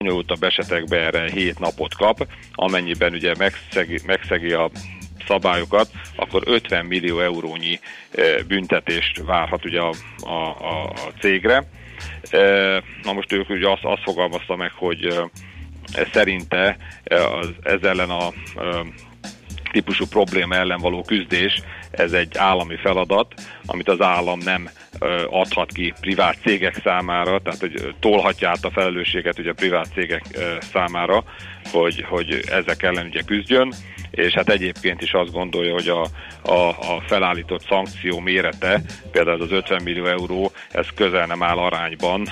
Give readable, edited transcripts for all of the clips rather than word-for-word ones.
bonyolultabb esetekben erre 7 napot kap, amennyiben ugye megszegi a szabályokat, akkor 50 millió eurónyi büntetést várhat ugye a cégre. Na most ők ugye azt fogalmazta meg, hogy szerinte ez ellen a típusú probléma ellen való küzdés, ez egy állami feladat, amit az állam nem adhat ki privát cégek számára, tehát hogy tolhatja át a felelősséget ugye a privát cégek számára, hogy ezek ellen ugye küzdjön, és hát egyébként is azt gondolja, hogy a felállított szankció mérete, például az 50 millió euró, ez közel nem áll arányban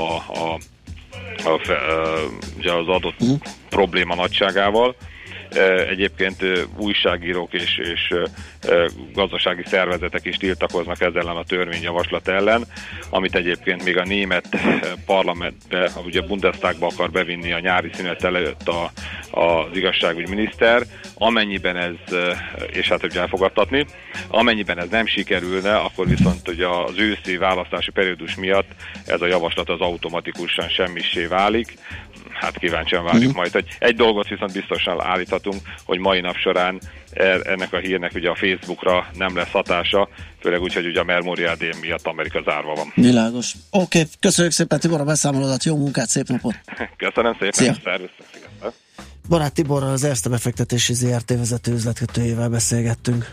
ugye az adott probléma nagyságával. Egyébként újságírók és gazdasági szervezetek is tiltakoznak ezzel ellen a törvényjavaslat ellen, amit egyébként még a német parlamentbe, ugye Bundestagba akar bevinni a nyári szünet előtt az igazságügyminiszter, amennyiben ez, és hát ugye elfogadtatni, amennyiben ez nem sikerülne, akkor viszont ugye az őszi választási periódus miatt ez a javaslat az automatikusan semmissé válik. Hát kíváncsian várjuk majd. Egy dolgot viszont biztosan állíthatunk, hogy mai nap során ennek a hírnek ugye a Facebookra nem lesz hatása, főleg úgy, hogy ugye a Memorial Day miatt Amerika zárva van. Világos. Oké, köszönjük szépen Tibor a beszámolódat, jó munkát, szép napot! Köszönöm szépen, szervusztok, sziasztok! Barát Tiborral, az Erste befektetési ZRT vezető üzletkötőjével beszélgettünk.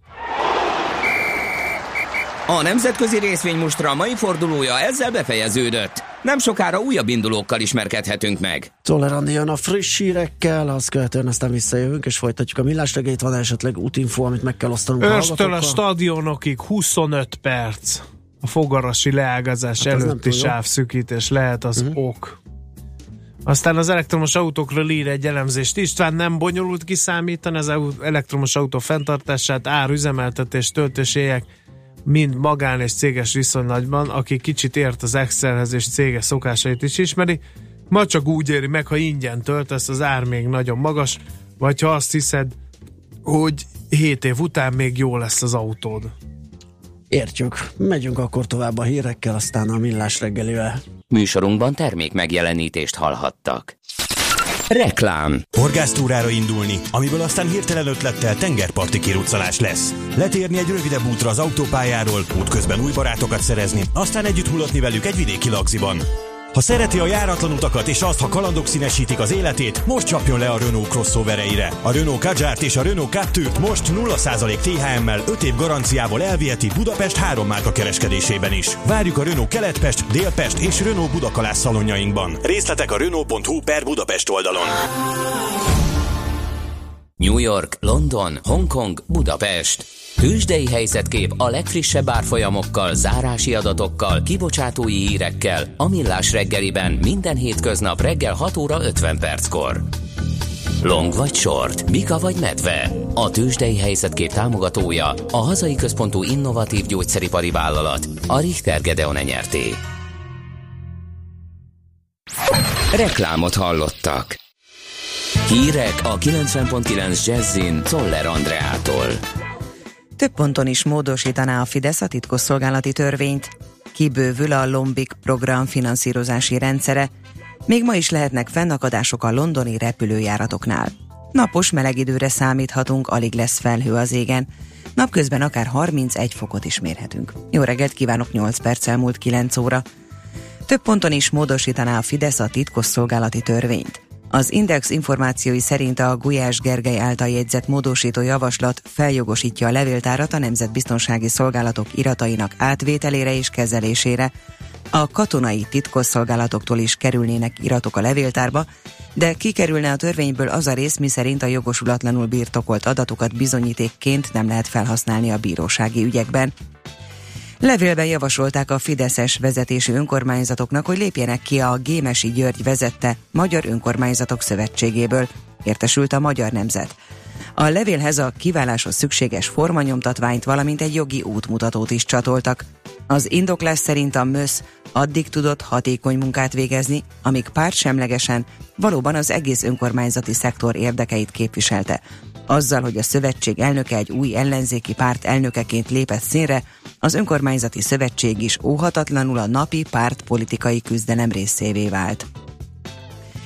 A nemzetközi részvénymustra mai fordulója ezzel befejeződött. Nem sokára újabb indulókkal ismerkedhetünk meg. Czoller Andi jön a friss hírekkel, azt követően aztán visszajövünk, és folytatjuk a millás reggelyt. Van esetleg útinfo, amit meg kell osztanunk a hallgatókkal? Őrstől a stadionokig 25 perc. A fogarasi leágazás előtti sávszűkítés lehet az ok. Aztán az elektromos autókról ír egy elemzést. István, nem bonyolult kiszámítani az elektromos autó fenntartását, üzemeltetés, töltésélyek, mind magán és céges viszonylatban, aki kicsit ért az Excelhez és céges szokásait is ismeri, ma csak úgy éri meg, ha ingyen töltesz, az ár még nagyon magas, vagy ha azt hiszed, hogy 7 év után még jó lesz az autód. Értjük. Megyünk akkor tovább a hírekkel, aztán a millás reggelivel. Műsorunkban termék megjelenítést hallhattak. Reklám. Horgásztúrára indulni, amiből aztán hirtelen ötlettel tengerparti kiruccanás lesz. Letérni egy rövidebb útra az autópályáról, útközben új barátokat szerezni, aztán együtt hullatni velük egy vidéki lagziban. Ha szereti a járatlan utakat és azt, ha kalandok színesítik az életét, most csapjon le a Renault crossovereire. A Renault Kadjart és a Renault Captur-t most 0% THM-mel 5 év garanciával elviheti Budapest 3 márka kereskedésében is. Várjuk a Renault Kelet-Pest, Dél-Pest és Renault Budakalász szalonjainkban. Részletek a Renault.hu/Budapest oldalon. New York, London, Hongkong, Budapest. Tőzsdei helyzetkép a legfrissebb árfolyamokkal, zárási adatokkal, kibocsátói hírekkel a Millás reggeliben minden hétköznap reggel 6 óra 50 perckor. Long vagy short, bika vagy medve. A tőzsdei helyzetkép támogatója a hazai központú innovatív gyógyszeripari vállalat, a Richter Gedeon Nyrt. Reklámot hallottak. Hírek a 90.9 Jazzin Czoller Andreától. Több ponton is módosítaná a Fidesz a titkosszolgálati törvényt. Kibővül a Lombik program finanszírozási rendszere. Még ma is lehetnek fennakadások a londoni repülőjáratoknál. Napos meleg időre számíthatunk, alig lesz felhő az égen. Napközben akár 31 fokot is mérhetünk. Jó reggelt kívánok, 8 perc elmúlt 9 óra. Több ponton is módosítaná a Fidesz a titkosszolgálati törvényt. Az Index információi szerint a Gulyás Gergely által jegyzett módosító javaslat feljogosítja a levéltárat a nemzetbiztonsági szolgálatok iratainak átvételére és kezelésére. A katonai titkosszolgálatoktól is kerülnének iratok a levéltárba, de kikerülne a törvényből az a rész, miszerint a jogosulatlanul birtokolt adatokat bizonyítékként nem lehet felhasználni a bírósági ügyekben. Levélben javasolták a fideszes vezetésű önkormányzatoknak, hogy lépjenek ki a Gémesi György vezette Magyar Önkormányzatok Szövetségéből, értesült a Magyar Nemzet. A levélhez a kiváláshoz szükséges formanyomtatványt, valamint egy jogi útmutatót is csatoltak. Az indoklás szerint a MÖSZ addig tudott hatékony munkát végezni, amíg pártsemlegesen valóban az egész önkormányzati szektor érdekeit képviselte. Azzal, hogy a szövetség elnöke egy új ellenzéki párt elnökeként lépett színre, az önkormányzati szövetség is óhatatlanul a napi pártpolitikai küzdelem részévé vált.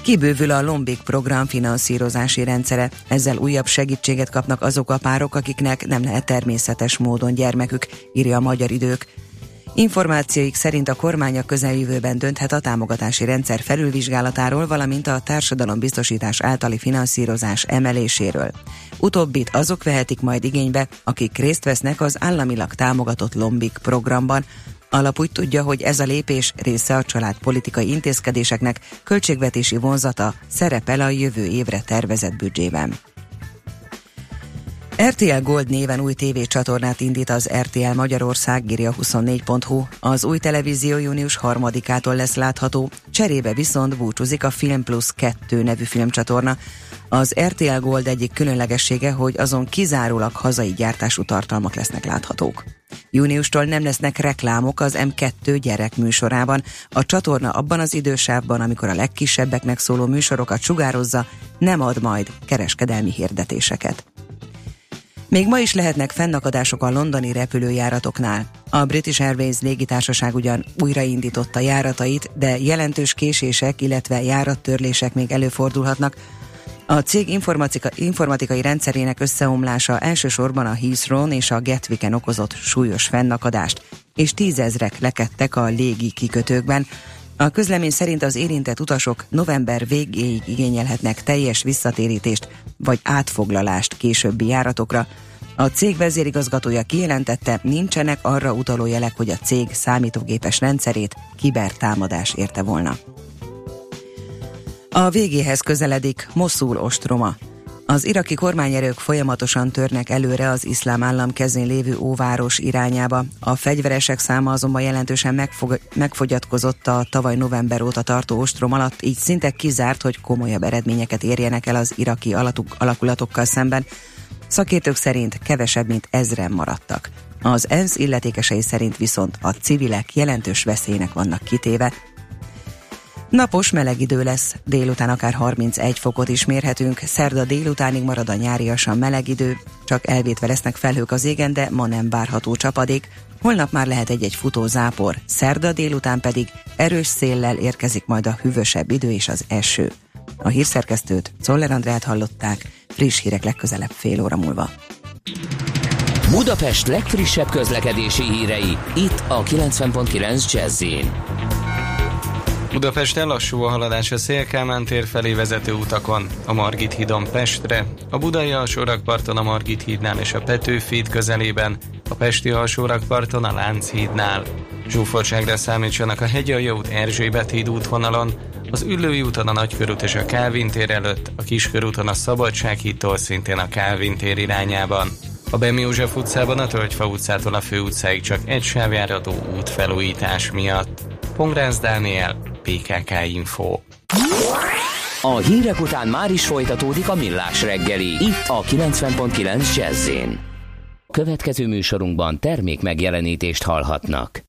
Kibővül a Lombik program finanszírozási rendszere. Ezzel újabb segítséget kapnak azok a párok, akiknek nem lehet természetes módon gyermekük, írja a Magyar Idők. Információik szerint a kormány a közeljövőben dönthet a támogatási rendszer felülvizsgálatáról, valamint a társadalombiztosítás általi finanszírozás emeléséről. Utóbbit azok vehetik majd igénybe, akik részt vesznek az államilag támogatott Lombik programban. Alap úgy tudja, hogy ez a lépés része a családpolitikai intézkedéseknek, költségvetési vonzata szerepel a jövő évre tervezett büdzsében. RTL Gold néven új tévécsatornát indít az RTL Magyarország, írja 24.hu. Az új televízió június 3-ától lesz látható, cserébe viszont búcsúzik a Film Plus 2 nevű filmcsatorna. Az RTL Gold egyik különlegessége, hogy azon kizárólag hazai gyártású tartalmak lesznek láthatók. Júniustól nem lesznek reklámok az M2 gyerekműsorában. A csatorna abban az idősávban, amikor a legkisebbeknek szóló műsorokat sugározza, nem ad majd kereskedelmi hirdetéseket. Még ma is lehetnek fennakadások a londoni repülőjáratoknál. A British Airways légitársaság ugyan újraindította járatait, de jelentős késések, illetve járattörlések még előfordulhatnak. A cég informatikai rendszerének összeomlása elsősorban a Heathrow-n és a Gatwicken okozott súlyos fennakadást, és 10 000-ek lekedtek a légi kikötőkben. A közlemény szerint az érintett utasok november végéig igényelhetnek teljes visszatérítést vagy átfoglalást későbbi járatokra. A cég vezérigazgatója kijelentette, nincsenek arra utaló jelek, hogy a cég számítógépes rendszerét kibertámadás érte volna. A végéhez közeledik Moszul ostroma. Az iraki kormányerők folyamatosan törnek előre az iszlám állam kezén lévő óváros irányába. A fegyveresek száma azonban jelentősen megfogyatkozott a tavaly november óta tartó ostrom alatt, így szinte kizárt, hogy komolyabb eredményeket érjenek el az iraki alakulatokkal szemben. Szakértők szerint kevesebb, mint 1000-en maradtak. Az ENSZ illetékesei szerint viszont a civilek jelentős veszélynek vannak kitéve. Napos, meleg idő lesz, délután akár 31 fokot is mérhetünk, szerda délutánig marad a nyáriasan meleg idő, csak elvétve lesznek felhők az égen, de ma nem várható csapadék. Holnap már lehet egy-egy futó zápor, szerda délután pedig erős széllel érkezik majd a hűvösebb idő és az eső. A hírszerkesztőt, Czoller Andrát hallották, friss hírek legközelebb fél óra múlva. Budapest legfrissebb közlekedési hírei, itt a 90.9 Jazz-in. Budapesten lassú a haladás a Széll-Kálmán tér felé vezető utakon, a Margit hídon Pestre, a budai alsórakparton a Margit hídnál és a Petőfi híd közelében, a pesti alsórakparton a Lánchídnál. Zsúfoltságra számítsanak a Hegyalja út Erzsébet híd útvonalon, az Üllői úton a Nagykörút és a Kálvin tér előtt, a Kiskörúton a Szabadság hídtól szintén a Kálvin tér irányában. A Bem József utcában a Tölgyfa utcától a Főutcáig csak egy sávjáratú útfelújítás miatt. Pongrász Dániel, PKK Info. A hírek után már is folytatódik a Millás reggeli, itt a 90.9 Jazz-in. Következő műsorunkban termék megjelenítést hallhatnak.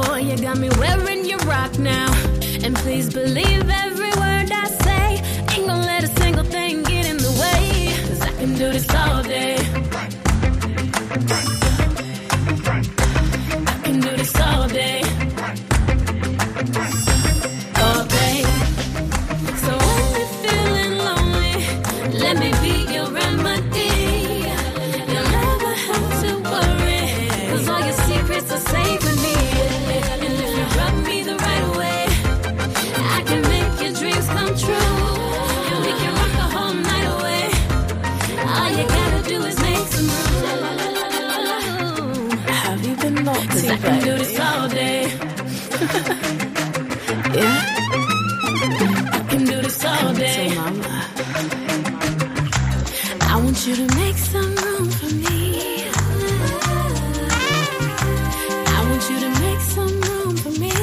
Got me wearing your rock now, and please believe every word I say. Ain't can do this all day. All day. So when you're feeling lonely, let me be your remedy. You'll never have to worry, 'cause all your secrets are safe with me. And if you rub me the right way, I can make your dreams come true. And we can rock the whole night away. All you gotta do is make some room. Have you been naughty? 'Cause I can do this all day. Yeah, I can do this all day. I want you to make some room for me. I want you to make some room for me.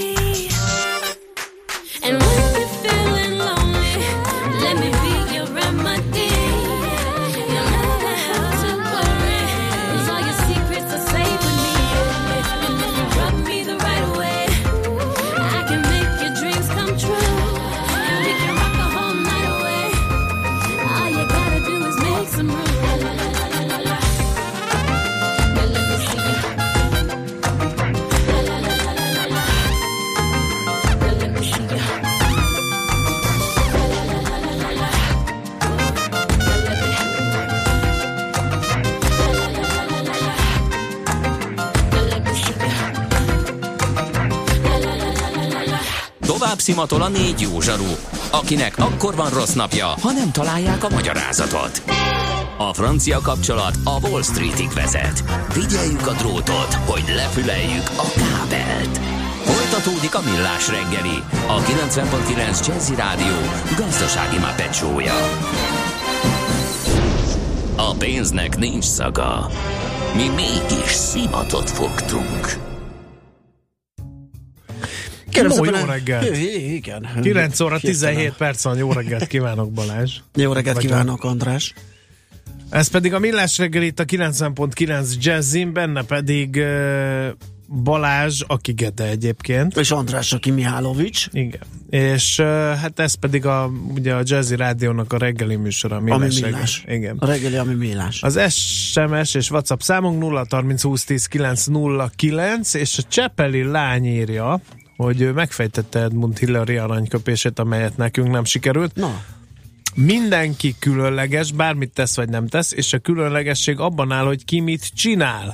And when you're feeling lonely, let me be your remedy. You'll never have to worry, 'cause all your secrets are safe with me. And if you rub me the right way, I can make your dreams come true. And we can rock the whole night away. All you gotta do is make some room. Now let me see you. Now let me see you. Tovább szimatol a 4 jó zsaru, akinek akkor van rossz napja, ha nem találják a magyarázatot. A francia kapcsolat a Wall Streetig vezet. Figyeljük a drótot, hogy lefüleljük a kábelt. Folytatódik a Millás reggeli, a 90.9 Jazzy Rádió gazdasági Muppet show-ja. A pénznek nincs szaga. Mi mégis szimatot fogtunk. No, jó reggelt! Igen. 9 óra 17 perc van, jó reggelt kívánok, Balázs! Jó reggelt kívánok, András! Ez pedig a Millás reggel itt a 90.9 Jazzin, benne pedig Balázs, aki Gede egyébként. És András, aki Mihálovics. Igen. És hát ez pedig ugye a Jazzy Rádiónak a reggeli műsora. Ami Millás. Igen. A reggeli, ami Millás. Az SMS és WhatsApp számunk 030 20 10 909, és a Csepeli lány írja, hogy ő megfejtette Edmund Hillary aranyköpését, amelyet nekünk nem sikerült. Na. Mindenki különleges, bármit tesz vagy nem tesz, és a különlegesség abban áll, hogy ki mit csinál.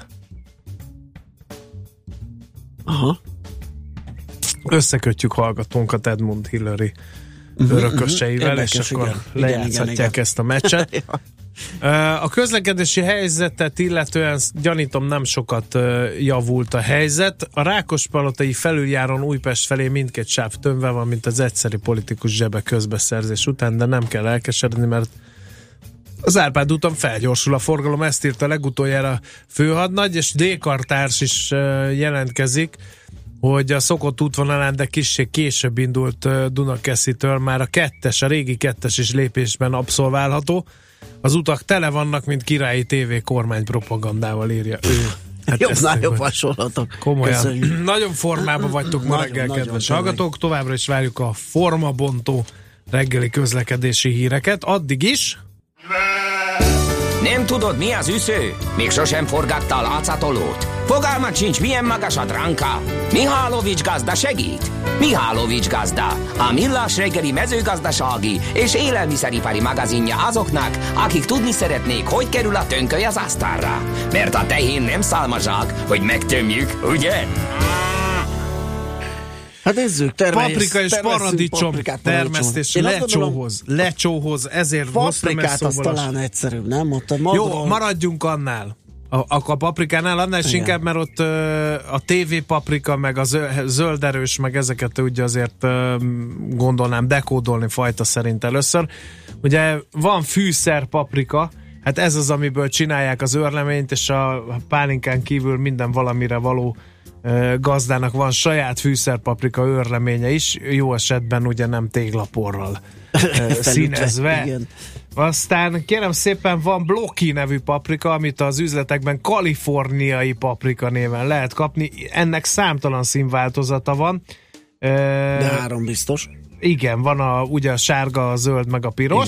Aha. Összekötjük hallgatónkat Edmund Hillary örököseivel, és akkor lejátszhatják ezt a meccset. A közlekedési helyzetet illetően gyanítom nem sokat javult a helyzet. A Rákospalotai felüljáron Újpest felé mindkét sáv tömve van, mint az egyszeri politikus zsebe közbeszerzés után, de nem kell elkeseredni, mert az Árpád úton felgyorsul a forgalom, ezt írta legutoljára főhadnagy, és D-kartárs is jelentkezik, hogy a szokott útvonalán, de kissé később indult Dunakeszitől már a régi kettes is lépésben abszolválható. Az utak tele vannak, mint királyi TV kormánypropagandával, írja ő. Hát jobb hasonlatok. Komolyan. Köszönjük. Nagyon formában vagytok ma reggel, kedves hallgatók. Továbbra is várjuk a formabontó reggeli közlekedési híreket. Addig is... Nem tudod, mi az üsző? Még sosem forgatta a látszatolót? Fogalmat sincs, milyen magas a dránka? Mihálovics gazda segít? Mihálovics gazda, a Millás reggeli mezőgazdasági és élelmiszeripari magazinja azoknak, akik tudni szeretnék, hogy kerül a tönköly az asztalra. Mert a tehén nem szálmazsák, hogy megtömjük, ugye? Hát nézzük, paprika és paradicsom termesztés lecsóhoz, ezért paprikát az talán egyszerűbb, nem? Ott a magról... Jó, maradjunk annál. A paprikánál annál is inkább, mert ott a TV paprika, meg a zölderős, meg ezeket ugye azért gondolnám dekódolni fajta szerint először. Ugye van fűszer paprika, hát ez az, amiből csinálják az őrleményt, és a pálinkán kívül minden valamire való gazdának van saját fűszerpaprika őrleménye is, jó esetben ugye nem téglaporral színezve. Igen. Aztán kérem szépen van Bloki nevű paprika, amit az üzletekben kaliforniai paprika néven lehet kapni. Ennek számtalan színváltozata van. De 3 biztos. Igen, van ugye a sárga, a zöld, meg a piros. Igen.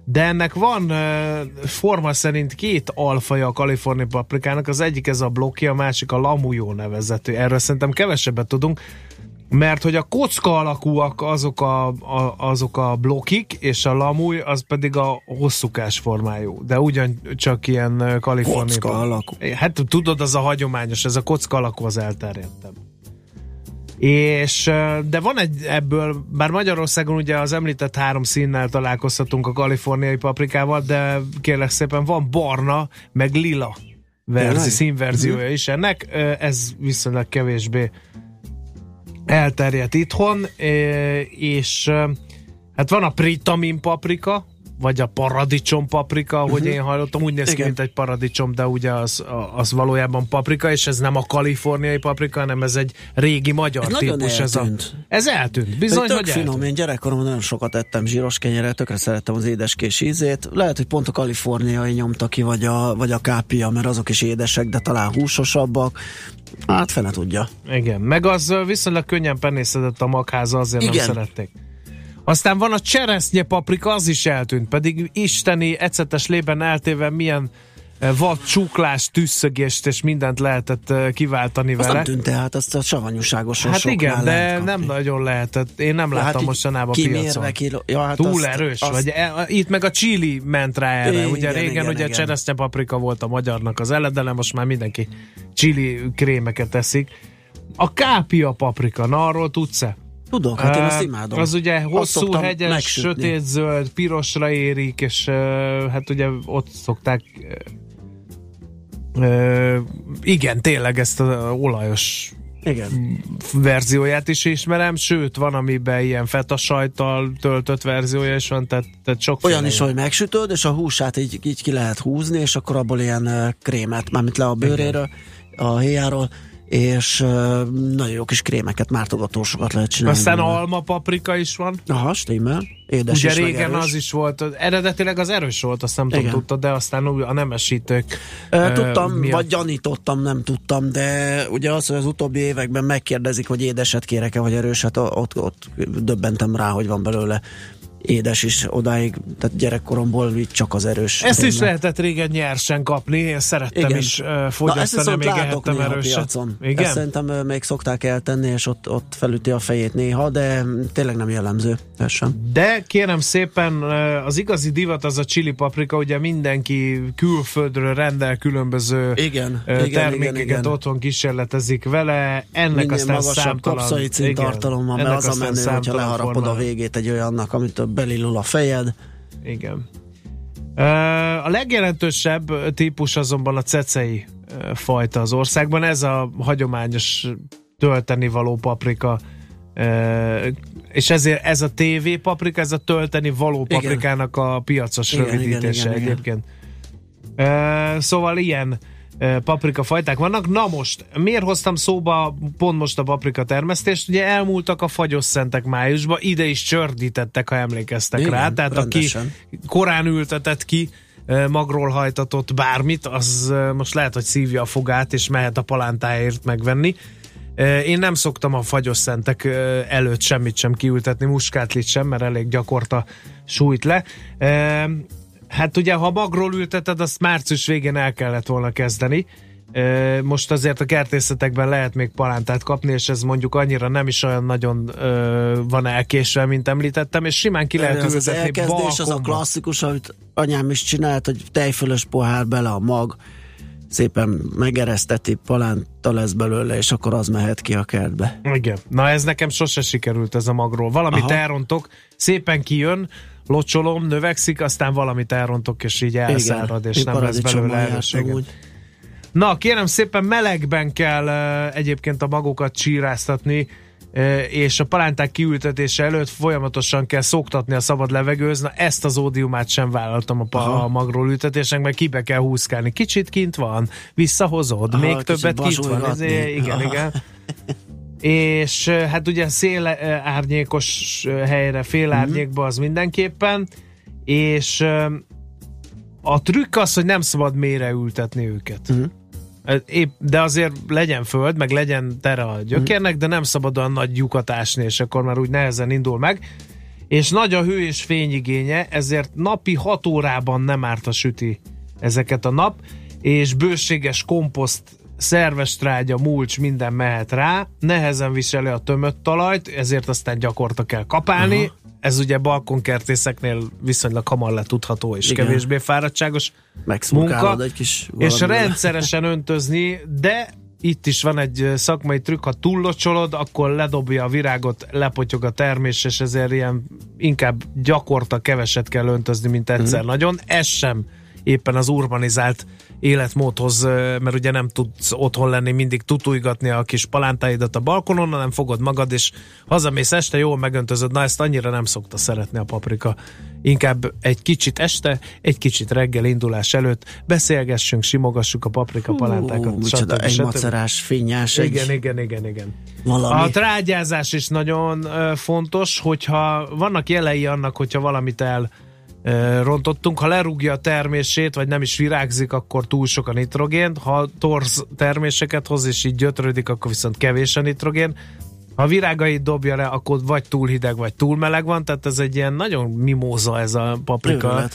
de ennek van forma szerint 2 alfaja a kaliforniai paprikának, az egyik ez a blokki, a másik a lamujó nevezetű. Erről szerintem kevesebbet tudunk, mert hogy a kocka alakúak azok a blokkik, és a lamúj az pedig a hosszúkás formájú, de ugyancsak ilyen kaliforniai. Kocka alakú. Hát tudod, az a hagyományos, ez a kocka alakú az elterjedtebb. És, de van egy ebből, bár Magyarországon ugye az említett 3 színnel találkozhatunk a kaliforniai paprikával, de kérlek szépen van barna, meg lila színverziója is ennek, ez viszonylag kevésbé elterjedt itthon, és hát van a pritamin paprika, vagy a paradicsom paprika, ahogy én hallottam, úgy néz ki, mint egy paradicsom, de ugye az valójában paprika, és ez nem a kaliforniai paprika, hanem ez egy régi magyar ez típus. Ez eltűnt. Bizony, hogy finom. eltűnt. Én gyerekkoromban nagyon sokat ettem zsíros kenyeret, tökre szerettem az édeskés ízét. Lehet, hogy pont a kaliforniai nyomta ki, vagy a kápia, mert azok is édesek, de talán húsosabbak. Hát fene tudja. Igen, meg az viszonylag könnyen penészedett a magháza, azért nem szerették. Aztán van a cseresznye paprika, az is eltűnt, pedig isteni ecetes lében eltéve milyen vad csuklást, tüsszögést és mindent lehetett kiváltani vele. Az nem tűnt tehát, azt a savanyúságosan hát soknál igen, de nem nagyon lehetett. Én nem láttam mostanában a piacon. Túl erős. Vagy itt meg a chili ment rá erre. Ugye régen ugye cseresznye paprika volt a magyarnak az eledele, most már mindenki chili krémeket teszik. A kápia paprika, na arról tudsz-e? Tudok, hát én azt imádom. Az ugye hosszú, hegyes, sötétzöld, pirosra érik, és hát ugye ott szokták igen, tényleg ezt az olajos verzióját is ismerem, sőt, van amiben ilyen feta sajttal töltött verziója is van, tehát sok olyan is, hogy megsütöd, és a húsát így ki lehet húzni, és akkor abból ilyen krémet, mármint le a bőréről, a héjáról, és nagyon jó kis krémeket, mártogatósokat lehet csinálni. Aztán alma paprika is van. Aha, stimmel. Édes ugye régen az is volt, eredetileg az erős volt, azt nem tudom, tudtad, de aztán a nemesítők tudtam, vagy gyanítottam, nem tudtam, de ugye az, hogy az utóbbi években megkérdezik, hogy édeset kérek-e, vagy erőset, ott döbbentem rá, hogy van belőle édes is odáig, tehát gyerekkoromból így csak az erős. Ezt is lehetett régen nyersen kapni, én szerettem is fogyasztani, még ehettem erőset. Igen? Ezt szerintem még szokták eltenni, és ott felüti a fejét néha, de tényleg nem jellemző. De kérem szépen, az igazi divat az a chili paprika, ugye mindenki külföldről rendel különböző termékeket, otthon kísérletezik vele, ennek minél aztán magasabb kapszaicin tartalommal, mert az a menő, hogyha leharapod a végét egy olyannak, amit belillul a fejed. Igen. A legjelentősebb típus azonban a cecei fajta az országban. Ez a hagyományos tölteni való paprika, és ezért ez a TV paprika, ez a tölteni való paprikának a piacos rövidítése egyébként. Szóval ilyen paprika fajták vannak. Na most, miért hoztam szóba pont most a paprika termesztést? Ugye elmúltak a fagyosszentek májusba, ide is csördítettek, ha emlékeztek rá. Tehát rendesen. Aki korán ültetett ki magról hajtatott bármit, az most lehet, hogy szívja a fogát, és mehet a palántáért megvenni. Én nem szoktam a fagyosszentek előtt semmit sem kiültetni, muskátlit sem, mert elég gyakorta sújt le. Hát ugye, ha magról ülteted, azt március végén el kellett volna kezdeni. Most azért a kertészetekben lehet még palántát kapni, és ez mondjuk annyira nem is olyan nagyon van elkésve, mint említettem, és simán ki lehet ültetni. Az elkezdés az a klasszikus, amit anyám is csinált, hogy tejfölös pohár bele a mag, szépen megereszteti, palánta lesz belőle, és akkor az mehet ki a kertbe. Igen. Na ez nekem sose sikerült ez a magról. Valamit elrontok, szépen kijön, locsolom, növekszik, aztán valamit elrontok, és így elszárad, és nem lesz belőle erősséget. Na, kérem szépen, melegben kell egyébként a magokat csíráztatni, és a palánták kiültetése előtt folyamatosan kell szoktatni a szabad levegőhöz. Na, ezt az ódiumát sem vállaltam a magról ültetésnek, mert kibe kell húszkálni. Kicsit kint van, visszahozod, még többet kint van. Igen. És hát ugye szél árnyékos helyre, fél árnyékba az mindenképpen, és a trükk az, hogy nem szabad mélyre ültetni őket. De azért legyen föld, meg legyen tere a gyökérnek, de nem szabad olyan nagy lyukat ásni, és akkor már úgy nehezen indul meg. és nagy a hő és fényigénye, ezért napi 6 órában nem árt a süti ezeket a nap, és bőséges komposzt, szerves trágya, mulcs, minden mehet rá, nehezen viseli a tömött talajt, ezért aztán gyakorta kell kapálni. Aha. Ez ugye balkonkertészeknél viszonylag hamar letudható és igen, kevésbé fáradtságos munka, egy kis és rendszeresen öntözni, de itt is van egy szakmai trükk, ha túllocsolod, akkor ledobja a virágot, lepotyog a termés, és ezért ilyen inkább gyakorta keveset kell öntözni, mint egyszer nagyon. Ez sem éppen az urbanizált életmódhoz, mert ugye nem tudsz otthon lenni, mindig tutújgatni a kis palántáidat a balkonon, hanem fogod magad, és hazamész este, jól megöntözöd. Na, ezt annyira nem szokta szeretni a paprika. Inkább egy kicsit este, egy kicsit reggel indulás előtt beszélgessünk, simogassuk a paprika palántákat. Egy macerás, finnyás. Igen. Valami. A trágyázás is nagyon fontos, hogyha vannak jelei annak, hogyha valamit rontottunk, ha lerúgja a termését, vagy nem is virágzik, akkor túl sok a nitrogén, ha torz terméseket hoz, és így gyötrődik, akkor viszont kevés a nitrogén. Ha virágait dobja le, akkor vagy túl hideg, vagy túl meleg van, tehát ez egy ilyen nagyon mimóza ez a paprika. Őrület.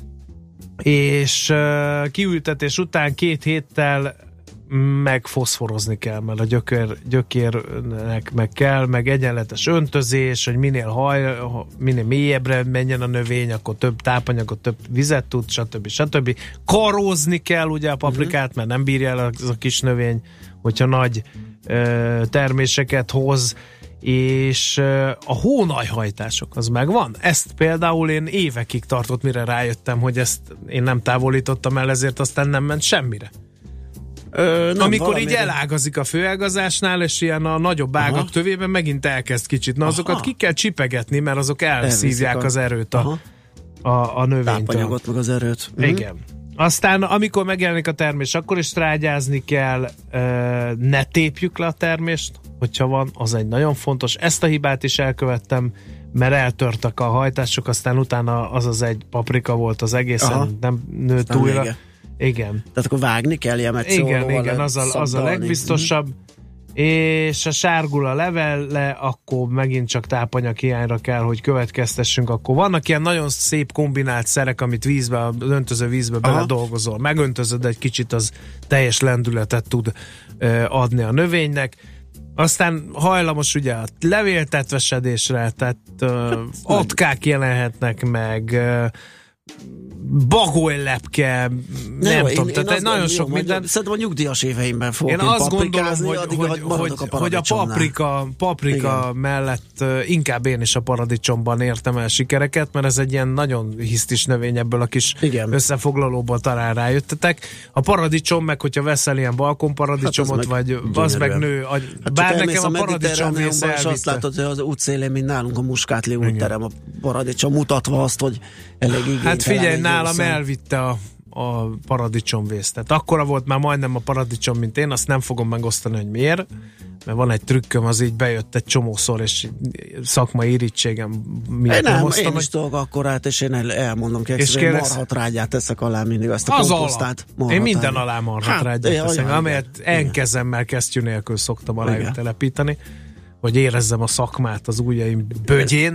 És kiültetés után 2 héttel meg foszforozni kell, mert a gyökérnek meg kell, meg egyenletes öntözés, hogy minél mélyebbre menjen a növény, akkor több tápanyagot, több vizet tud, stb. Karózni kell ugye a paprikát, mert nem bírja el az a kis növény, hogyha nagy terméseket hoz, és a hónajhajtások, az megvan. Ezt például én évekig tartott, mire rájöttem, hogy ezt én nem távolítottam el, ezért aztán nem ment semmire. Amikor így elágazik a főágazásnál, és ilyen a nagyobb ágak tövében megint elkezd kicsit. Na, azokat ki kell csipegetni, mert azok elszívják az erőt a növénytől. Tápanyagot meg az erőt. Igen. Aztán, amikor megjelenik a termés, akkor is trágyázni kell, ne tépjük le a termést, hogyha van, az egy nagyon fontos. Ezt a hibát is elkövettem, mert eltörtek a hajtások, aztán utána az egy paprika volt az egészen, nem nőtt újra. Igen. Tehát akkor vágni kell ilyen Igen, az a legbiztosabb. És a sárgul a levele, akkor megint csak tápanyag hiányra kell, hogy következtessünk. Akkor vannak ilyen nagyon szép kombinált szerek, amit öntöző vízbe beledolgozol. Megöntözöd egy kicsit, az teljes lendületet tud adni a növénynek. Aztán hajlamos ugye a levéltetvesedésre, tehát atkák jelenhetnek meg, bagolylepke, nem tudom, tehát nagyon sok minden. Szerintem a nyugdíjas éveimben fogok én azt gondolom, hogy a paprika mellett inkább én is a paradicsomban értem el sikereket, mert ez egy ilyen nagyon hisztis növény, ebből a kis összefoglalóból talán rájöttetek. A paradicsom meg, hogyha veszel ilyen balkonparadicsomot, vagy az meg nő, bár nekem a paradicsom része elvitte. És azt látod, hogy az útszélén, mint nálunk a Muskátli útterem, a paradicsom mutatva azt, hogy elég igénytelen. Hát figyelj, nálam elvitte a paradicsomvészt. Tehát akkora volt már majdnem a paradicsom, mint én, azt nem fogom megosztani, hogy miért, mert van egy trükköm, az így bejött egy csomószor, és szakmai irítségem miatt nem hoztam. Én is tudok akkorát, és én elmondom ki, hogy marhatrágyát teszek alá mindig, azt a komposztát. Én minden alá marhatrágyát teszek, amelyet enkezemmel kesztyű nélkül szoktam alájuk telepíteni, hogy érezzem a szakmát az ujjaim bögyén.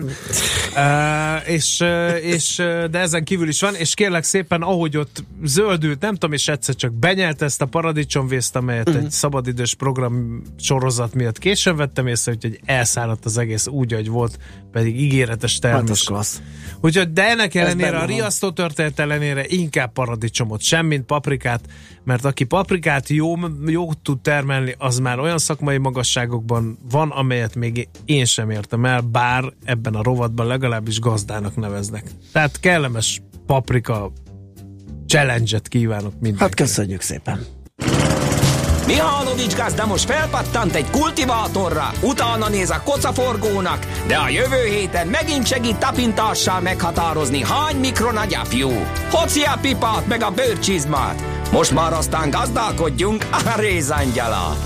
De ezen kívül is van, és kérlek szépen, ahogy ott zöldült, nem tudom, és egyszer csak benyelte ezt a paradicsomvészt, amelyet egy szabadidős program sorozat miatt későn vettem észre, úgyhogy elszáradt az egész úgy, hogy volt, pedig ígéretes termés. Hát úgyhogy, de ennek ellenére, a riasztó történet ellenére inkább paradicsomot, semmint paprikát, mert aki paprikát jó tud termelni, az már olyan szakmai magasságokban van, amelyet még én sem értem el, bár ebben a rovatban legalábbis gazdának neveznek. Tehát kellemes paprika challenge-et kívánok mindenkinek. Hát köszönjük szépen! Mihálovics gazda most felpattant egy kultivátorra, utána néz a kocaforgónak, de a jövő héten megint segít tapintással meghatározni, hány mikron a gyapjú. Hoci a pipát meg a bőrcsizmát. Most már aztán gazdálkodjunk a rézangyalat.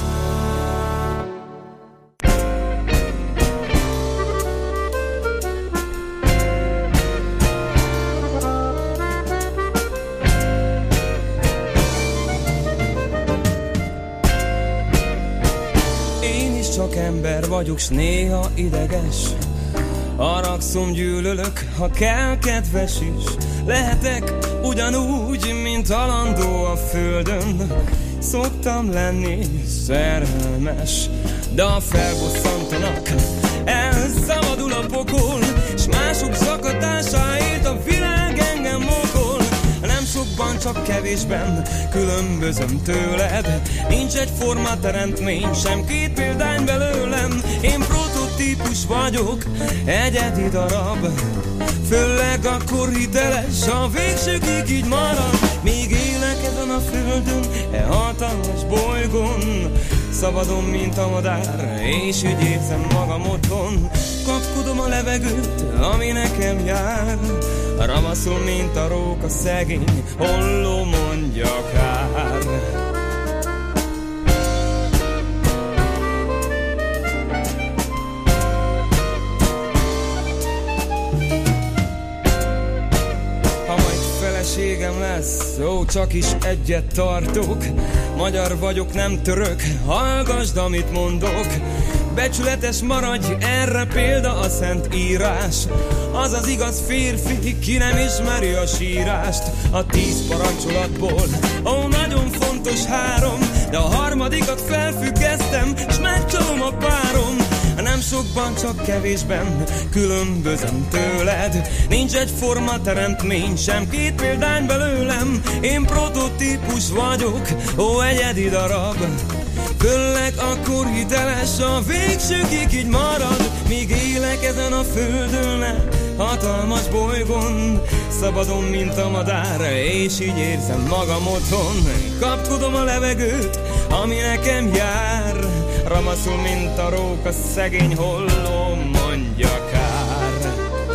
Én is csak ember vagyok, s néha ideges. Haragszom, gyűlölök, ha kell, kedves is. Lehetek ugyanúgy, mint halandó a földön. Szoktam lenni szerelmes, de ha felbosszantanak, elszabadul a pokol, s mások zakatásáért a világ engem okol. Nem sokban, csak kevésben különbözöm tőled. Nincs egyforma teremtmény, sem két példány belőlem. Én prototípus vagyok, egyedi darab. Főleg akkor hiteles, a végsőkig így marad. Míg élek ezen a földön, e hatalmas bolygón. Szabadon, mint a madár, és úgy érzem magam otthon. Kapkodom a levegőt, ami nekem jár. Ravaszul, mint a róka szegény, holló mondja kár. Feleségem lesz, ó, csak is egyet tartok. Magyar vagyok, nem török, hallgasd, amit mondok. Becsületes maradj, erre példa a szent írás. Az az igaz férfi, ki nem ismeri a sírást. A 10 parancsolatból, ó, nagyon fontos 3, de a harmadikat felfüggesztem, s megcsalom a párom. Nem sokban, csak kevésben különbözöm tőled. Nincs egyforma teremtmény, sem két példány belőlem. Én prototípus vagyok, ó, egyedi darab. Főleg akkor hiteles, a végsőkig így marad. Míg élek ezen a földön, hatalmas bolygón. Szabadon, mint a madár, és így érzem magam otthon. Kapkodom a levegőt, ami nekem jár. Ramaszul, mint a róka szegény, holló mondja kár.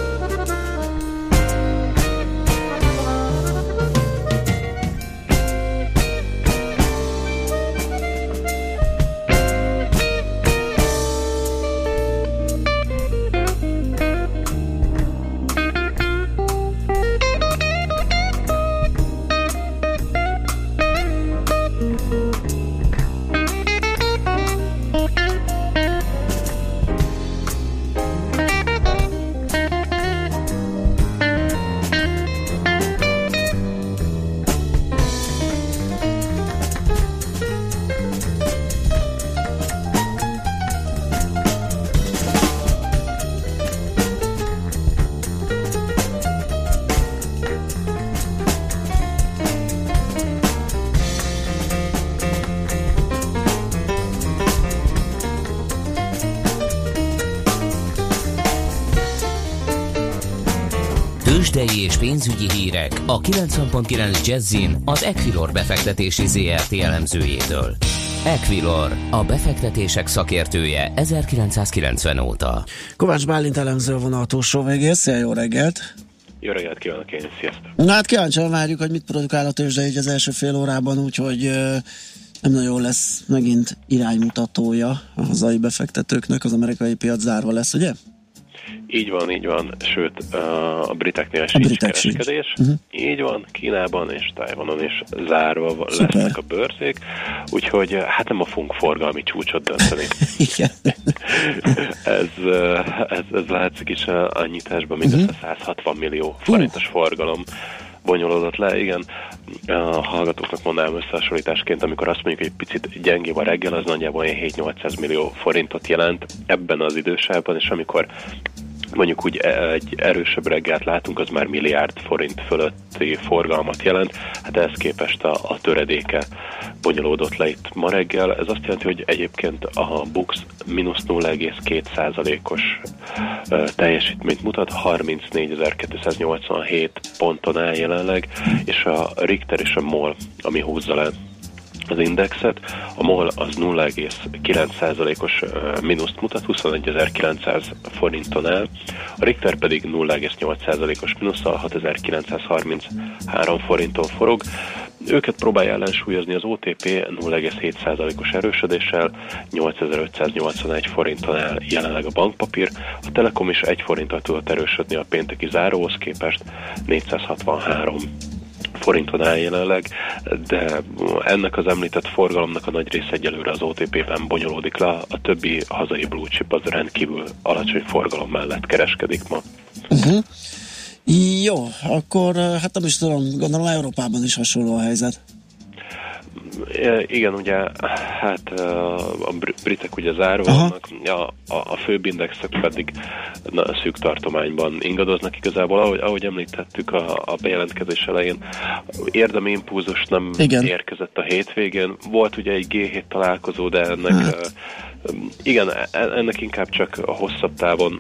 Tőzsdei és pénzügyi hírek a 90.9 Jazzin az Equilor befektetési ZRT elemzőjétől. Equilor, a befektetések szakértője 1990 óta. Kovács Bálint elemző a vonal túlsó végén. Szia, jó reggelt! Jó reggelt kívánok én, sziasztok! Na hát kíváncsian várjuk, hogy mit produkál a tőzsde így az első fél órában, úgyhogy nem nagyon lesz megint iránymutatója a hazai befektetőknek, az amerikai piac zárva lesz, ugye? Így van, sőt a briteknél sincs kereskedés. Így van, Kínában és Tajvanon is zárva lesznek a bőrzék, úgyhogy hát nem fogunk forgalmi csúcsot dönteni. Igen. ez látszik is a nyitásban, mindössze 160 millió forintos forgalom bonyolódott le, igen. A hallgatóknak mondanám összehasonlításként, amikor azt mondjuk, hogy egy picit gyengébb a reggel, az nagyjából 7-800 millió forintot jelent ebben az idősávban, és amikor mondjuk úgy egy erősebb reggelt látunk, az már milliárd forint fölötti forgalmat jelent. Hát ehhez képest a töredéke bonyolódott le itt ma reggel. Ez azt jelenti, hogy egyébként a Bux mínusz 0,2%-os teljesítményt mutat, 34.287 ponton áll jelenleg, és a Richter és a MOL, ami húzza le az indexet. A MOL az 0,9%-os mínuszt mutat, 21.900 forinton áll, a Richter pedig 0,8%-os mínusszal 6.933 forinton forog. Őket próbálja ellensúlyozni az OTP 0,7%-os erősödéssel, 8.581 forinton áll jelenleg a bankpapír, a Telekom is 1 forinttal tudott erősödni a pénteki záróhoz képest, 463 forinton áll jelenleg, de ennek az említett forgalomnak a nagy része egyelőre az OTP-ben bonyolódik le, a többi hazai blue chip az rendkívül alacsony forgalom mellett kereskedik ma. Jó, akkor hát nem is tudom, gondolom Európában is hasonló a helyzet. Igen, ugye, hát a britek ugye zárva vannak, a főbb indexek pedig szűk tartományban ingadoznak igazából, ahogy említettük a bejelentkezés elején, érdemi impulzus nem érkezett a hétvégén, volt ugye egy G7 találkozó, de ennek inkább csak a hosszabb távon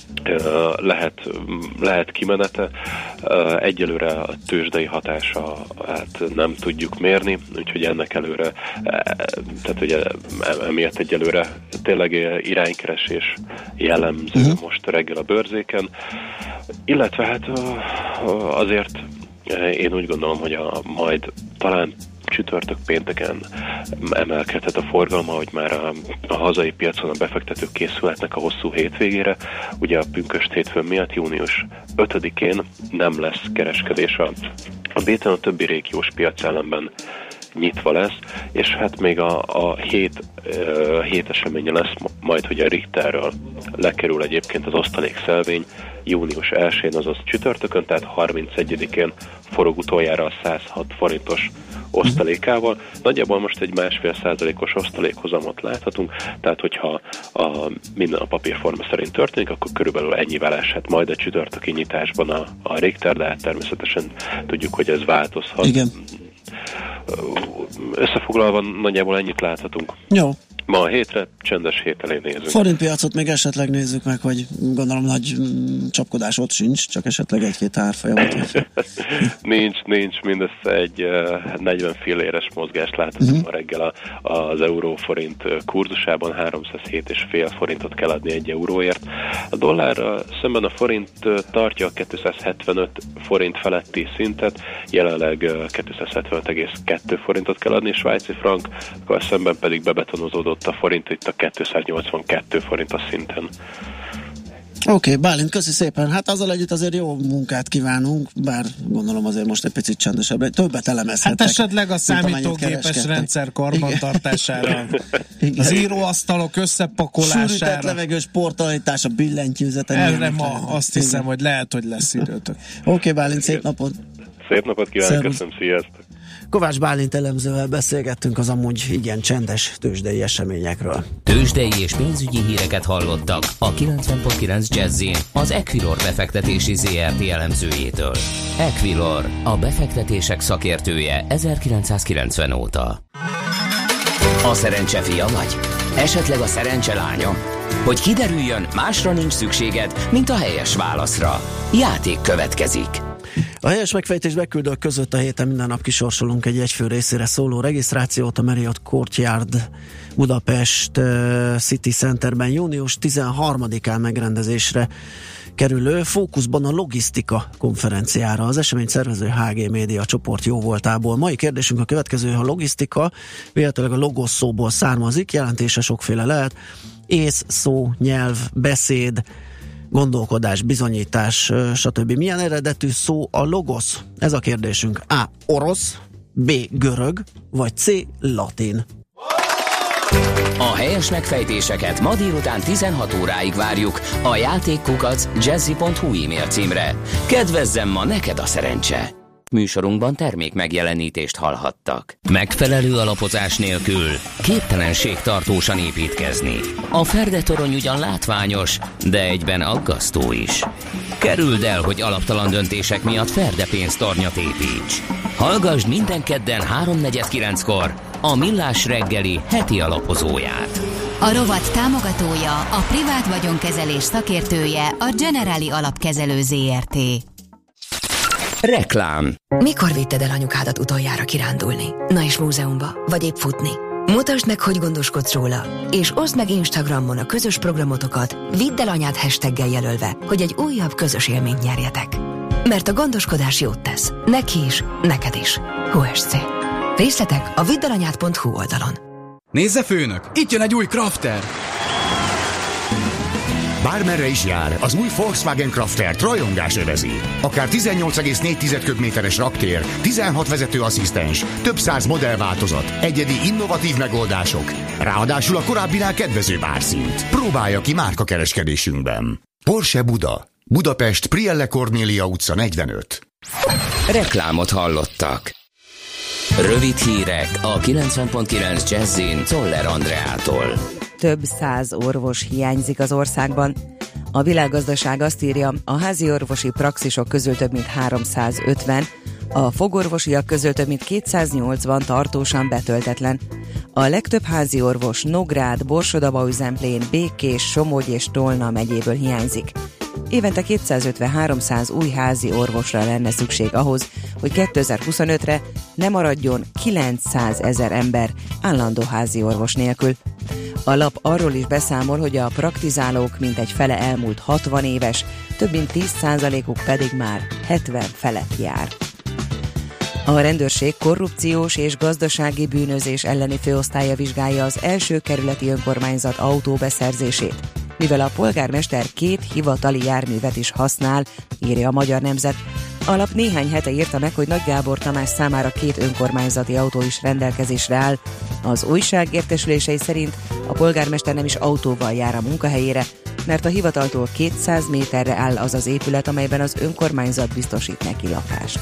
lehet kimenete. Egyelőre a tőzsdei hatása hát nem tudjuk mérni, úgyhogy ennek előre, tehát ugye emiatt egyelőre tényleg iránykeresés jellemző most reggel a bőrzéken, illetve hát azért én úgy gondolom, hogy majd talán csütörtök pénteken emelkedhet a forgalma, hogy már a hazai piacon a befektetők készülhetnek a hosszú hétvégére. Ugye a pünkösd hétfőn miatt június 5-én nem lesz kereskedés. A BTN a többi régiós piac ellenben nyitva lesz, és hát még a hét eseménye lesz majd, hogy a Richterről lekerül egyébként az osztalékszelvény június 1-én, azaz csütörtökön, tehát 31-én forog utoljára a 106 forintos osztalékával. Nagyjából most egy 1,5%-os osztalékhozamot láthatunk, tehát hogyha minden a papírforma szerint történik, akkor körülbelül ennyivel eshet majd a csütörtöki nyitásban a Richter, de hát természetesen tudjuk, hogy ez változhat. Igen. Összefoglalva nagyjából ennyit láthatunk. Jó. Ma a hétre csendes hét elé nézünk. Forintpiacot még esetleg nézzük meg, hogy gondolom nagy csapkodás ott sincs, csak esetleg egy-két árfolyamot. nincs, mindössze egy 40 filléres mozgást láthatunk ma reggel az euró-forint kurzusában, 307,5 forintot kell adni egy euróért. A dollárra szemben a forint tartja a 275 forint feletti szintet, jelenleg 275,2 forintot kell adni, svájci frankkal szemben pedig bebetonozódott a forint, itt a 282 forint a szinten. Oké, Bálint, köszi szépen. Hát azzal együtt azért jó munkát kívánunk, bár gondolom azért most egy picit csendesebb, többet elemezhettek. Hát esetleg a számítógépes rendszer karbantartására, az íróasztalok összepakolására. Sűrített levegős portalítás, a billentyűzeten. Erre ma azt hiszem, hogy lehet, hogy lesz időtök. Oké, Bálint, szép napot! Szép napot kívánok, köszönöm, sziasztok! Kovács Bálint elemzővel beszélgettünk az amúgy igen csendes tőzsdei eseményekről. Tőzsdei és pénzügyi híreket hallottak a 90.9 Jazzin az Equilor befektetési ZRT elemzőjétől. Equilor, a befektetések szakértője 1990 óta. A szerencse fia vagy? Esetleg a szerencse lánya? Hogy kiderüljön, másra nincs szükséged, mint a helyes válaszra. Játék következik. A helyes megfejtés beküldők között a héten minden nap kisorsolunk egy egyfő részére szóló regisztrációt a Marriott Courtyard Budapest City Centerben június 13-án megrendezésre kerülő Fókuszban a logisztika konferenciára. Az esemény szervező HG Média csoport jóvoltából. Mai kérdésünk a következő: ha logisztika véletlenül a logos szóból származik, jelentése sokféle lehet: ész, szó, nyelv, beszéd, gondolkodás, bizonyítás, stb. Milyen eredetű szó a logos? Ez a kérdésünk. A. Orosz, B. Görög, vagy C. Latin. A helyes megfejtéseket ma délután 16 óráig várjuk a játékkukac@jazzy.hu e-mail címre. Kedvezzem ma neked a szerencse! Műsorunkban termék megjelenítést hallhattak. Megfelelő alapozás nélkül képtelenség tartósan építkezni. A Ferdetorony ugyan látványos, de egyben aggasztó is. Kerüld el, hogy alaptalan döntések miatt Ferde-pénztornyot építs. Hallgasd minden kedden 3:49-kor a Millás reggeli heti alapozóját. A rovat támogatója, a privát vagyonkezelés szakértője, a Generali Alapkezelő ZRT. Reklám. Mikor vitted el anyukádat utoljára kirándulni? Na és múzeumba, vagy épp futni? Mutasd meg, hogy gondoskodsz róla, és oszd meg Instagramon a közös programotokat, vidd el anyád hashtaggel jelölve, hogy egy újabb közös élményt nyerjetek. Mert a gondoskodás jót tesz. Neki is, neked is. HSC. Részletek a viddelanyád.hu oldalon. Nézze, főnök! Itt jön egy új Crafter! Bármerre is jár, az új Volkswagen Crafter rajongás övezi. Akár 18,4 köbméteres raktér, 16 vezetőasszisztens, több száz modellváltozat, egyedi innovatív megoldások. Ráadásul a korábbinál kedvezőbb árszint. Próbálja ki márkakereskedésünkben. Porsche Buda. Budapest, Prielle Kornélia utca 45. Reklámot hallottak. Rövid hírek a 90.9 Jazzin Czoller Andreától. Több száz orvos hiányzik az országban. A Világgazdaság azt írja, a házi orvosi praxisok közül több mint 350, a fogorvosiak közül több mint 280 tartósan betöltetlen. A legtöbb házi orvos Nógrád, Borsod-Abaúj-Zemplén, Békés, Somogy és Tolna megyéből hiányzik. Évente 250-300 új házi orvosra lenne szükség ahhoz, hogy 2025-re ne maradjon 900 000 ember állandó házi orvos nélkül. A lap arról is beszámol, hogy a praktizálók mintegy fele elmúlt 60 éves, több mint 10%-uk pedig már 70 felett jár. A rendőrség korrupciós és gazdasági bűnözés elleni főosztálya vizsgálja az első kerületi önkormányzat autóbeszerzését, mivel a polgármester 2 hivatali járművet is használ, írja a Magyar Nemzet. A lap néhány hete írta meg, hogy Nagy Gábor Tamás számára 2 önkormányzati autó is rendelkezésre áll. Az újság értesülései szerint a polgármester nem is autóval jár a munkahelyére, mert a hivataltól 200 méterre áll az az épület, amelyben az önkormányzat biztosít neki lakást.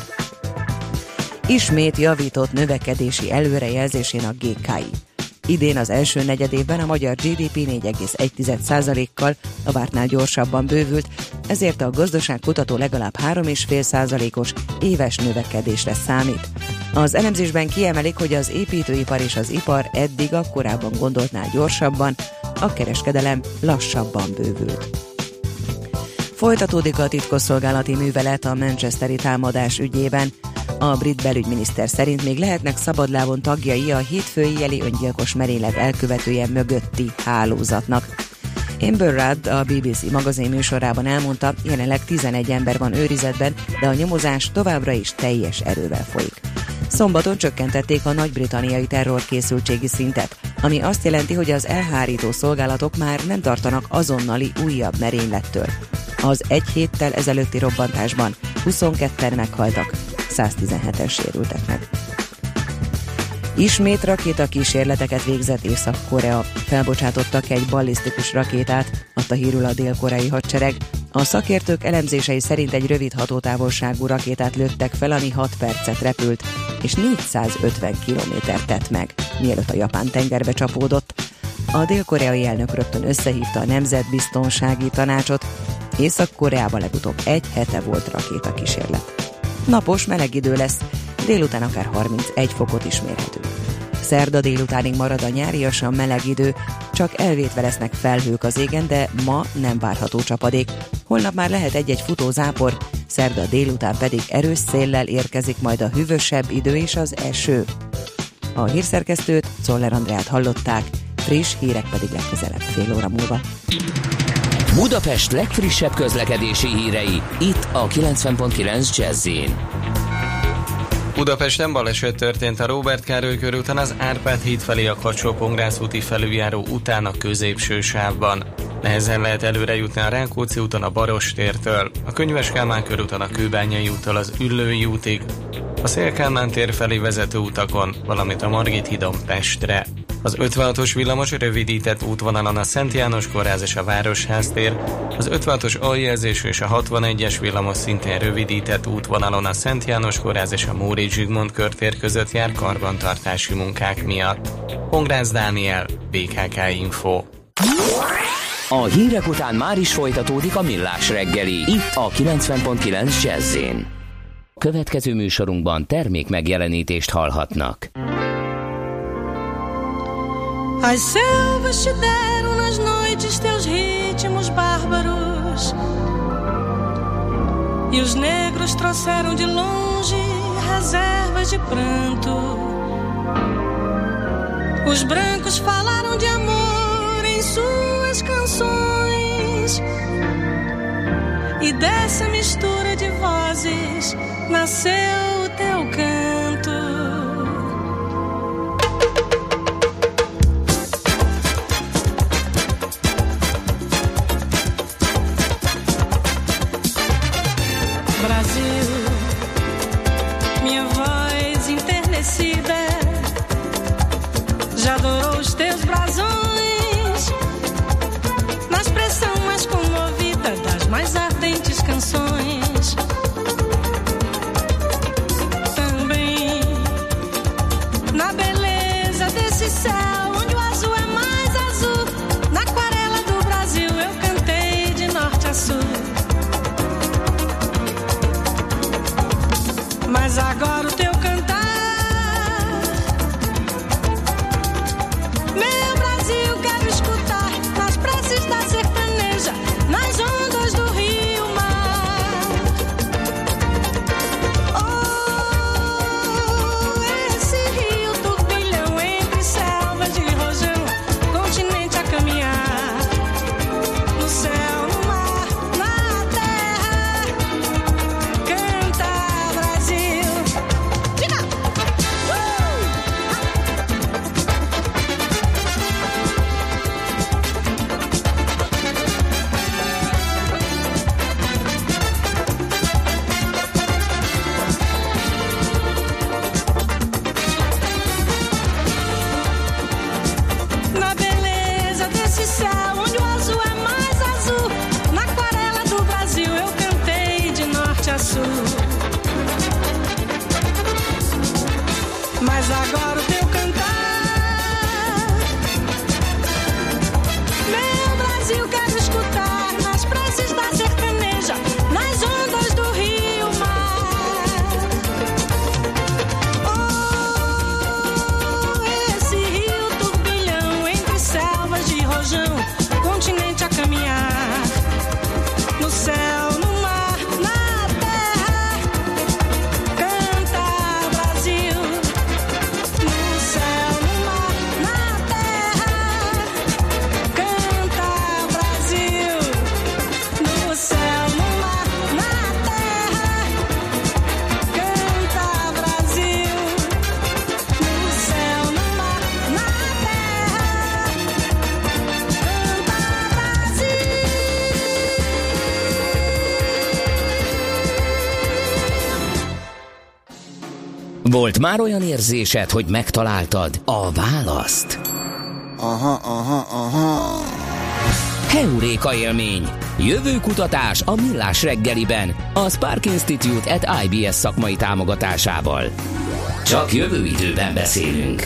Ismét javított növekedési előrejelzésén a GKI. Idén az első negyedévben a magyar GDP 4,1%-kal, a vártnál gyorsabban bővült, ezért a gazdaságkutató legalább 3,5%-os éves növekedésre számít. Az elemzésben kiemelik, hogy az építőipar és az ipar eddig a korábban gondoltnál gyorsabban, a kereskedelem lassabban bővült. Folytatódik a titkosszolgálati művelet a manchesteri támadás ügyében. A brit belügyminiszter szerint még lehetnek szabadlábon tagjai a hétfői éjjeli öngyilkos merénylet elkövetője mögötti hálózatnak. Amber Rudd a BBC magazin műsorában elmondta, jelenleg 11 ember van őrizetben, de a nyomozás továbbra is teljes erővel folyik. Szombaton csökkentették a nagy-britanniai terrorkészültségi szintet, ami azt jelenti, hogy az elhárító szolgálatok már nem tartanak azonnali újabb merénylettől. Az egy héttel ezelőtti robbantásban 22-en meghaltak, 117-en sérültek meg. Ismét rakétakísérleteket végzett Észak-Korea. Felbocsátottak egy ballisztikus rakétát, adta hírül a dél-koreai hadsereg. A szakértők elemzései szerint egy rövid hatótávolságú rakétát lőttek fel, ami 6 percet repült, és 450 kilométert tett meg, mielőtt a japán tengerbe csapódott. A dél-koreai elnök rögtön összehívta a Nemzetbiztonsági Tanácsot. Észak-Koreában legutóbb egy hete volt rakétakísérlet. Napos, meleg idő lesz, délután akár 31 fokot is mérhetünk. Szerda délutánig marad a nyáriasan meleg idő, csak elvétve lesznek felhők az égen, de ma nem várható csapadék. Holnap már lehet egy-egy futó zápor, szerda délután pedig erős széllel érkezik majd a hűvösebb idő és az eső. A hírszerkesztőt, Czoller Andreát hallották, friss hírek pedig legközelebb fél óra múlva. Budapest legfrissebb közlekedési hírei, itt a 90.9 Jazz-in. Budapesten baleset történt a Róbert Károly körúton az Árpád híd felé a Kacsó-Pongrácz úti felüljáró után a középső sávban. Nehezen lehet előre jutni a Rákóczi úton a Barostértől, a Könyves Kálmán körúton a Kőbányai úttól az Üllői útig, a Széll-Kálmán tér felé vezető utakon, valamint a Margit hídon Pestre. Az 56-os villamos rövidített útvonalon a Szent János Kórház és a Városház tér, az 56-os aljelzésű és a 61-es villamos szintén rövidített útvonalon a Szent János Kórház és a Móricz Zsigmond körtér között jár karbantartási munkák miatt. Pongrácz Dániel, BKK Info. A hírek után már is folytatódik a Millás reggeli, itt a 90.9 Jazz-in. Következő műsorunkban termék megjelenítést hallhatnak. As selvas te deram nas noites teus ritmos bárbaros, e os negros trouxeram de longe reservas de pranto. Os brancos falaram de amor em suas canções, e dessa mistura de vozes nasceu teu canto. esquecida. Já adorou os teus brasões, na expressão mais comovida das mais ardentes canções. Também na beleza desse céu, onde o azul é mais azul, na aquarela do Brasil eu cantei de norte a sul. Mas agora o teu cantar, meu Brasil, quero escutar nas preces da sertaneja, nas ondas do rio mar. Oh, esse rio turbilhão entre selvas de rojão, continente a caminhar, no céu, no mar, na terra, canta Brasil. Diga! Na beleza desse céu, onde o azul é mais azul, na aquarela do Brasil eu cantei de norte a sul. Mas agora o teu cantar, meu Brasil, quero escutar nas preces da sertaneja, nas ondas do rio mar. Oh, esse rio turbilhão entre selvas de rojão, continente a caminhar, no céu, no mar, na terra, canta Brasil. No céu, no mar, na terra, canta Brasil. No céu, no mar, na terra, canta Brasil. No céu, no mar, na terra, canta Brasil. Volt már olyan érzésed, hogy megtaláltad a választ? Aha. Heuréka élmény. Jövőkutatás a Millás reggeliben, a Spark Institute at IBS szakmai támogatásával. Csak jövő időben beszélünk.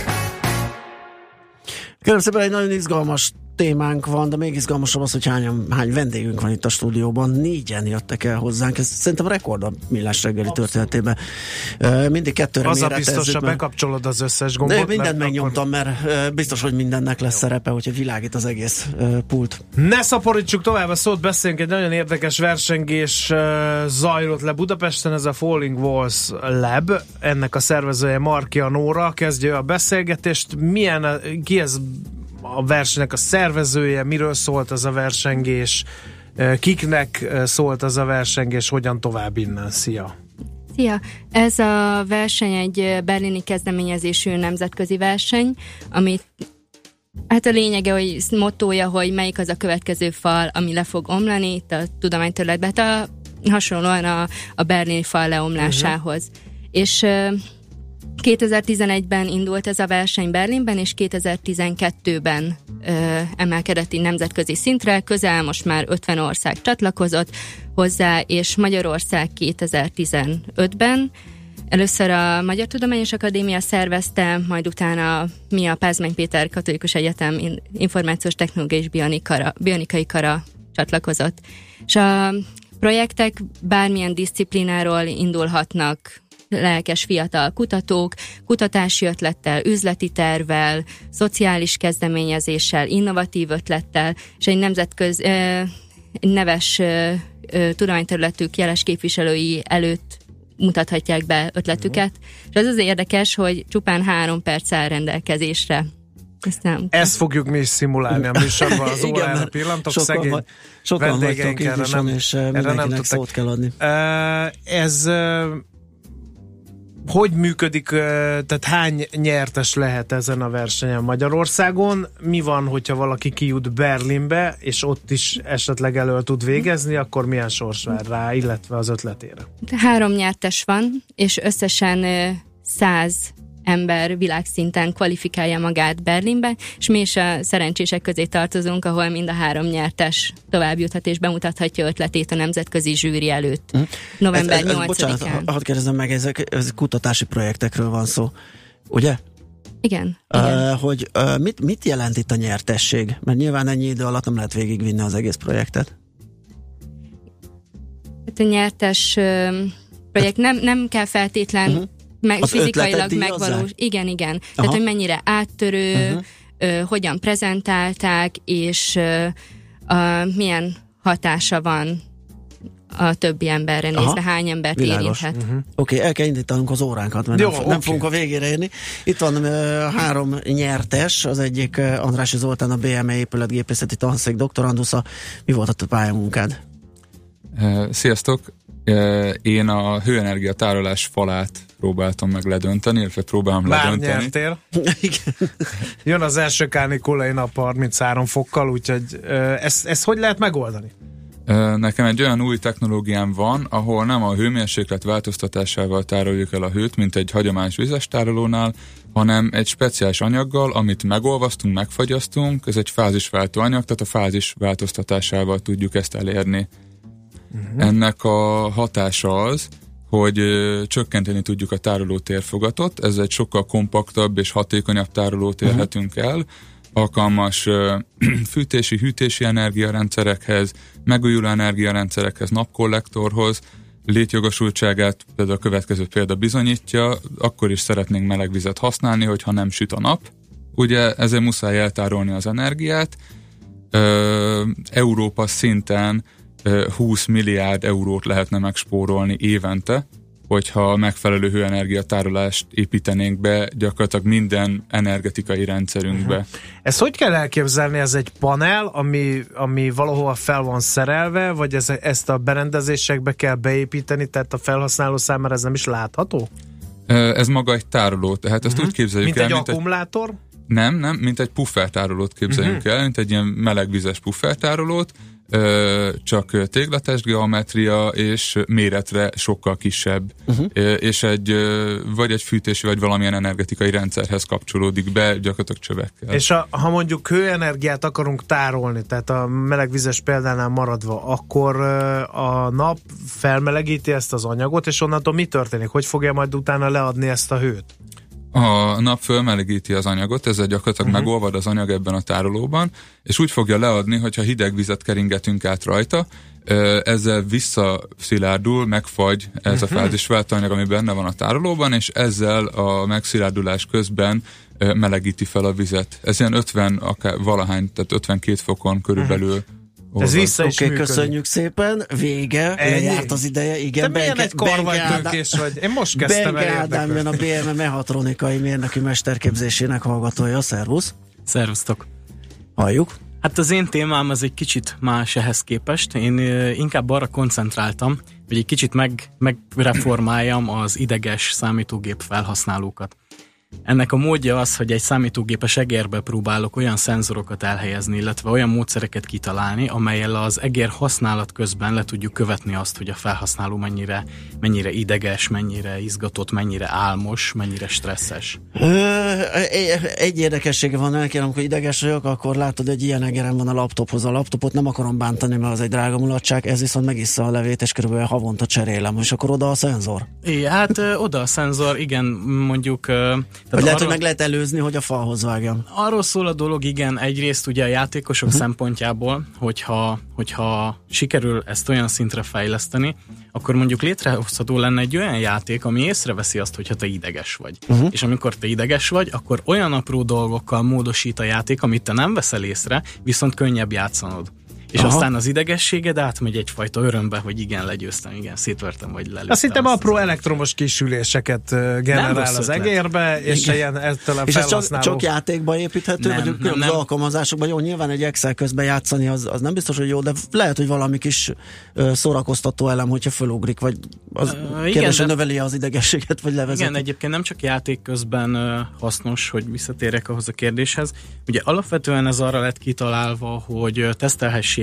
Kérem szépen, egy nagyon izgalmas témánk van, de még izgalmasabb az, hogy hány vendégünk van itt a stúdióban. 4-en jöttek el hozzánk, ez szerintem rekord a Millás reggeli történetében. Mindig 2-re az a méretezzük. biztos, ha bekapcsolod az összes gombot. De mindent megnyomtam, mert biztos, hogy mindennek lesz szerepe, hogyha világít az egész pult. Ne szaporítsuk tovább a szót, beszéljünk, egy nagyon érdekes versengés zajlott le Budapesten, ez a Falling Walls Lab, ennek a szervezője Markia Nóra, kezdje a beszélgetést. Ki ez a versenynek a szervezője, miről szólt az a versengés, kiknek szólt az a versengés, hogyan tovább innen? Szia! Szia! Ez a verseny egy berlini kezdeményezésű nemzetközi verseny, amit hát a lényege, hogy mottója, hogy melyik az a következő fal, ami le fog omlani itt a tudományterületben, hát hasonlóan a berlini fal leomlásához. És 2011-ben indult ez a verseny Berlinben, és 2012-ben emelkedett így nemzetközi szintre, közel most már 50 ország csatlakozott hozzá, és Magyarország 2015-ben. Először a Magyar Tudományos Akadémia szervezte, majd utána mi a Pázmány Péter Katolikus Egyetem Információs Technológiai és Bionikai Kara csatlakozott. És a projektek bármilyen diszciplináról indulhatnak, lelkes fiatal kutatók, kutatási ötlettel, üzleti tervvel, szociális kezdeményezéssel, innovatív ötlettel, és egy neves tudományterületük jeles képviselői előtt mutathatják be ötletüket. És az érdekes, hogy csupán 3 perc áll rendelkezésre. Ezt fogjuk mi is szimulálni a műsorban, az órára pillantok, szegény vendégeink erre nem tudtak. Szót kell adni. Ez hogy működik, tehát hány nyertes lehet ezen a versenyen Magyarországon? Mi van, hogyha valaki kijut Berlinbe, és ott is esetleg elő tud végezni, akkor milyen sors vár rá, illetve az ötletére? 3 nyertes van, és összesen 100 ember világszinten kvalifikálja magát Berlinben, és mi is a szerencsések közé tartozunk, ahol mind a 3 nyertes tovább juthat és bemutathatja ötletét a nemzetközi zsűri előtt. November 8-án. Bocsánat, hadd kérdezem meg, ez kutatási projektekről van szó, ugye? Igen. Hogy mit jelent itt a nyertesség? Mert nyilván ennyi idő alatt nem lehet végigvinni az egész projektet. A nyertes projekt nem kell feltétlen fizikailag megvalós. Igen. Tehát, hogy mennyire áttörő, hogyan prezentálták, és milyen hatása van a többi emberre nézve, hány embert érinthet. Oké, el kell indítanunk az óránkat, mert nem fogunk a végére érni. Itt van 3 nyertes, az egyik Andrássy Zoltán, a BME épületgépészeti tanszék doktorandusza. Mi volt a te pályamunkád? Sziasztok! Én a hőenergia tárolás falát próbáltam meg ledönteni, illetve próbálom ledönteni. Nyertél. Jön az első kánikulai nap 33 fokkal, úgyhogy ezt hogy lehet megoldani? Nekem egy olyan új technológiám van, ahol nem a hőmérséklet változtatásával tároljuk el a hőt, mint egy hagyományos vizes tárolónál, hanem egy speciális anyaggal, amit megolvasztunk, megfagyasztunk, ez egy fázisváltó anyag, tehát a fázis változtatásával tudjuk ezt elérni. Ennek a hatása az, hogy csökkenteni tudjuk a tároló térfogatot, ez egy sokkal kompaktabb és hatékonyabb tárolót érhetünk el, alkalmas fűtési, hűtési energiarendszerekhez, megújuló energiarendszerekhez, napkollektorhoz, létjogosultságát például a következő példa bizonyítja, akkor is szeretnénk meleg vizet használni, hogyha nem süt a nap. Ugye ezért muszáj eltárolni az energiát. Európa szinten 20 milliárd eurót lehetne megspórolni évente, hogyha megfelelő hőenergiatárolást építenénk be gyakorlatilag minden energetikai rendszerünkbe. Ezt hogy kell elképzelni? Ez egy panel, ami valahol fel van szerelve, vagy ezt a berendezésekbe kell beépíteni, tehát a felhasználó számára ez nem is látható? Ez maga egy tároló, tehát ezt úgy képzeljük mint el, egy akkumulátor? Nem, mint egy puffertárolót képzeljünk el, mint egy ilyen melegvizes puffertárolót, csak téglates geometria és méretre sokkal kisebb, és vagy egy fűtési, vagy valamilyen energetikai rendszerhez kapcsolódik be, gyakorlatilag csövekkel. És ha mondjuk hőenergiát akarunk tárolni, tehát a melegvizes példánál maradva, akkor a nap felmelegíti ezt az anyagot, és onnantól mi történik? Hogy fogja majd utána leadni ezt a hőt? A nap fölmelegíti az anyagot, ezzel gyakorlatilag megolvad az anyag ebben a tárolóban, és úgy fogja leadni, hogyha hideg vizet keringetünk át rajta, ezzel visszaszilárdul, megfagy ez a fázisváltó anyag, ami benne van a tárolóban, és ezzel a megszilárdulás közben melegíti fel a vizet. Ez ilyen 50 valahány, tehát 52 fokon körülbelül. Ez vissza is működik. Köszönjük szépen, vége, lejárt az ideje. Igen, te milyen egy karvajtőkés vagy? Én most kezdtem el érdeklődni. Benke Ádám jön, a BME mehatronikai mérnöki mesterképzésének hallgatója. Szervusz! Szervusztok! Halljuk! Hát az én témám az egy kicsit más ehhez képest. Én inkább arra koncentráltam, hogy egy kicsit megreformáljam az ideges számítógép felhasználókat. Ennek a módja az, hogy egy számítógépes egérbe próbálok olyan szenzorokat elhelyezni, illetve olyan módszereket kitalálni, amellyel az egér használat közben le tudjuk követni azt, hogy a felhasználó mennyire ideges, mennyire izgatott, mennyire álmos, mennyire stresszes. Egy érdekessége van, elkérem, hogy ideges vagyok, akkor látod, hogy ilyen egérem van a laptophoz. A laptopot nem akarom bántani, mert az egy drága mulatság, ez viszont megissza a levét, és körülbelül havonta cserélem, és akkor oda a szenzor. Hát oda a szenzor, igen, mondjuk... Vagy lehet, hogy meg lehet előzni, hogy a falhoz vágjam. Arról szól a dolog, igen, egyrészt ugye a játékosok szempontjából, hogyha sikerül ezt olyan szintre fejleszteni, akkor mondjuk létrehozható lenne egy olyan játék, ami észreveszi azt, hogyha te ideges vagy. És amikor te ideges vagy, akkor olyan apró dolgokkal módosít a játék, amit te nem veszel észre, viszont könnyebb játszanod. És aztán az idegességed átmegy egyfajta örömbe, hogy igen, legyőztem, igen, szétvertem, vagy lelőttem. Azt hittem apró elektromos kisüléseket generál az egérbe, és ilyen ettől a felhasználó... És ez csak játékba építhető, vagy különböző alkalmazásokban? Jó, nyilván egy Excel közben játszani, az nem biztos, hogy jó, de lehet, hogy valami kis szórakoztató elem, hogyha fölugrik, vagy az kérdés, hogy növeli az idegességet, vagy levezeti. Igen, egyébként nem csak játék közben hasznos, hogy visszatérjek ahhoz a kérdéshez. Ugye alapvetően ez arra lett kitalálva, hogy tesztelhessék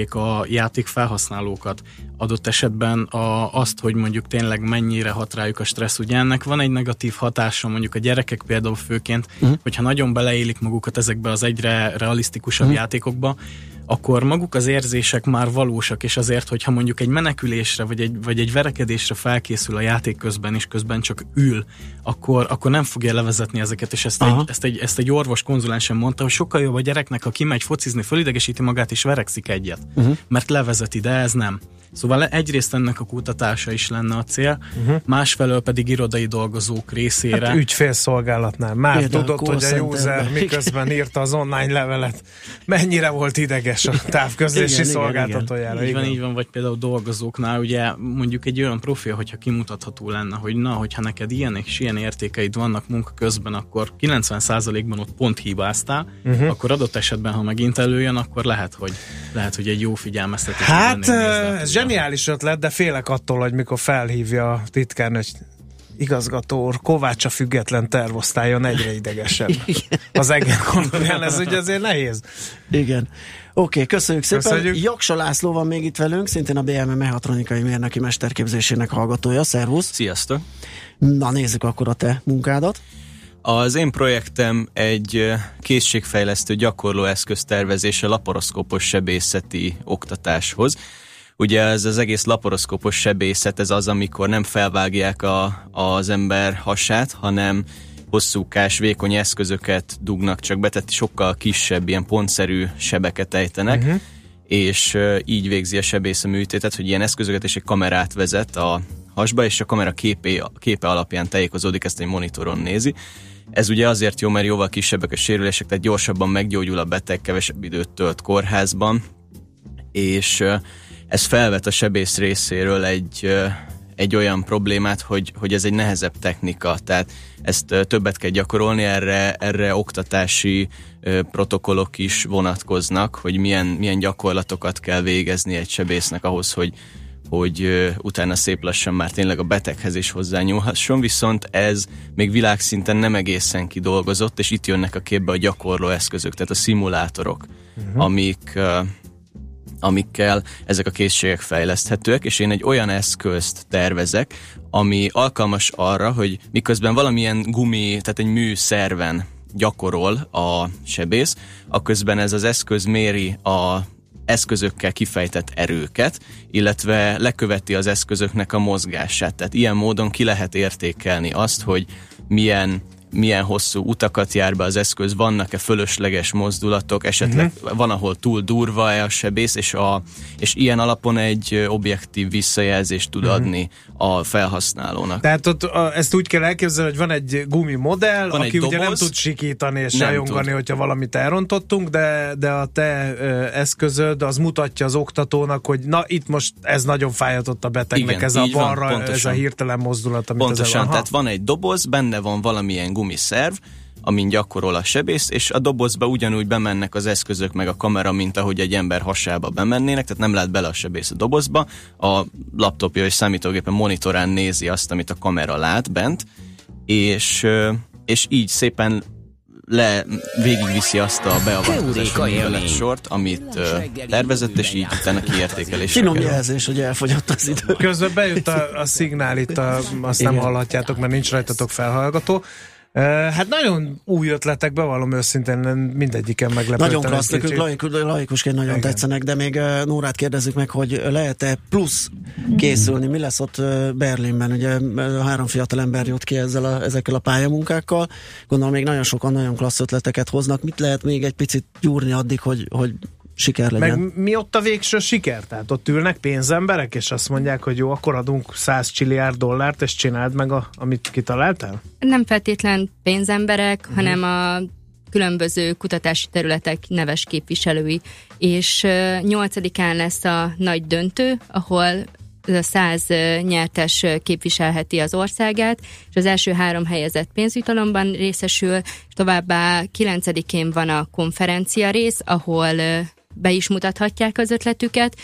megítéljék a játék felhasználókat. Adott esetben azt, hogy mondjuk tényleg mennyire hat rájuk a stressz. Ugye ennek van egy negatív hatása, mondjuk a gyerekek például főként, hogyha nagyon beleélik magukat ezekbe az egyre realisztikusabb játékokba, akkor maguk az érzések már valósak, és azért, hogyha mondjuk egy menekülésre, vagy egy verekedésre felkészül a játék közben, és közben csak ül, akkor nem fogja levezetni ezeket, és ezt egy orvos konzulens sem mondta, hogy sokkal jobb a gyereknek, ha kimegy focizni, fölidegesíti magát, és verekszik egyet, mert levezeti, de ez nem. Szóval egyrészt ennek a kutatása is lenne a cél, másfelől pedig irodai dolgozók részére. Hát ügyfélszolgálatnál már tudod, hogy a user miközben írta az online levelet, mennyire volt ideges a távközlési szolgáltatójára. Így van, vagy például dolgozóknál, ugye mondjuk egy olyan profil, hogyha kimutatható lenne, hogy hogyha neked ilyen és ilyen értékeid vannak munka közben, akkor 90%-ban ott pont hibáztál, akkor adott esetben, ha megint előjön, akkor lehet, hogy egy jó figyelmeztetés. Hát, ez zseniális ötlet, de félek attól, hogy mikor felhívja a titkárnő, hogy igazgató úr, Kovács a független tervosztályon egyre idegesebb. Az egyenkondolján, ez ugye azért nehéz. Igen. Oké, köszönjük szépen. Jaksa László van még itt velünk, szintén a BME mechatronikai mérnöki mesterképzésének hallgatója. Szervusz! Sziasztok! Na, nézzük akkor a te munkádat. Az én projektem egy készségfejlesztő gyakorló eszköztervezése laparoszkópos sebészeti oktatáshoz. Ugye ez az egész laparoszkópos sebészet, ez az, amikor nem felvágják az ember hasát, hanem hosszúkás, vékony eszközöket dugnak csak be, tehát sokkal kisebb, ilyen pontszerű sebeket ejtenek, és így végzi a sebész a műtétet, hogy ilyen eszközöket és egy kamerát vezet a hasba, és a kamera képe alapján tájékozódik, ezt egy monitoron nézi. Ez ugye azért jó, mert jóval kisebbek a sérülések, tehát gyorsabban meggyógyul a beteg, kevesebb időt tölt kórházban, és ez felvet a sebész részéről egy olyan problémát, hogy ez egy nehezebb technika, tehát ezt többet kell gyakorolni, erre oktatási protokollok is vonatkoznak, hogy milyen gyakorlatokat kell végezni egy sebésznek ahhoz, hogy utána szép lassan már tényleg a beteghez is hozzányúlhasson, viszont ez még világszinten nem kidolgozott, és itt jönnek a képbe a gyakorló eszközök, tehát a szimulátorok, amikkel ezek a készségek fejleszthetőek, és én egy olyan eszközt tervezek, ami alkalmas arra, hogy miközben valamilyen tehát egy műszerven gyakorol a sebész, aközben ez az eszköz méri a eszközökkel kifejtett erőket, illetve leköveti az eszközöknek a mozgását. Tehát ilyen módon ki lehet értékelni azt, hogy milyen hosszú utakat jár be az eszköz, vannak-e fölösleges mozdulatok, esetleg van, ahol túl durva-e a sebész, és ilyen alapon egy objektív visszajelzést tud adni a felhasználónak. Tehát ott ezt úgy kell elképzelni, hogy van egy gumimodell, aki ugye nem tud sikítani és rajongani, hogyha valamit elrontottunk, de a te eszközöd az mutatja az oktatónak, hogy na itt most ez nagyon fájhatott a betegnek, igen, ez a balra, ez a hirtelen mozdulat, amit pontosan, tehát van egy doboz, benne van valamilyen gumiszerv, amin gyakorol a sebész, és a dobozba ugyanúgy bemennek az eszközök meg a kamera, mint ahogy egy ember hasába bemennének, tehát nem lát bele a sebész a dobozba, a laptopja és számítógépen monitorán nézi azt, amit a kamera lát bent, és így szépen végigviszi azt a beavatkozási művelet sort, amit tervezett, és így utána kiértékelésre kerül. Finom jelzés, hogy elfogyott az idő. Közben bejött a szignál itt, azt nem hallhatjátok, mert nincs rajtatok felhallgató. Hát nagyon új ötletek, bevallom őszintén, mindegyiken meglepődtem. Nagyon klassz, laikusként nagyon tetszenek, de még Nórát kérdezzük meg, hogy lehet-e plusz készülni, mi lesz ott Berlinben, ugye 3 fiatal ember jött ki ezekkel a pályamunkákkal, gondolom még nagyon sokan nagyon klassz ötleteket hoznak, mit lehet még egy picit gyúrni addig, hogy siker legyen. Meg mi ott a végső siker? Tehát ott ülnek pénzemberek, és azt mondják, hogy jó, akkor adunk 100 milliárd dollárt, és csináld meg, amit kitaláltál? Nem feltétlen pénzemberek, hanem a különböző kutatási területek neves képviselői. És 8-án lesz a nagy döntő, ahol 100 nyertes képviselheti az országát, és az első 3 helyezett pénzjutalomban részesül, és továbbá 9-én van a konferencia rész, ahol be is mutathatják az ötletüket,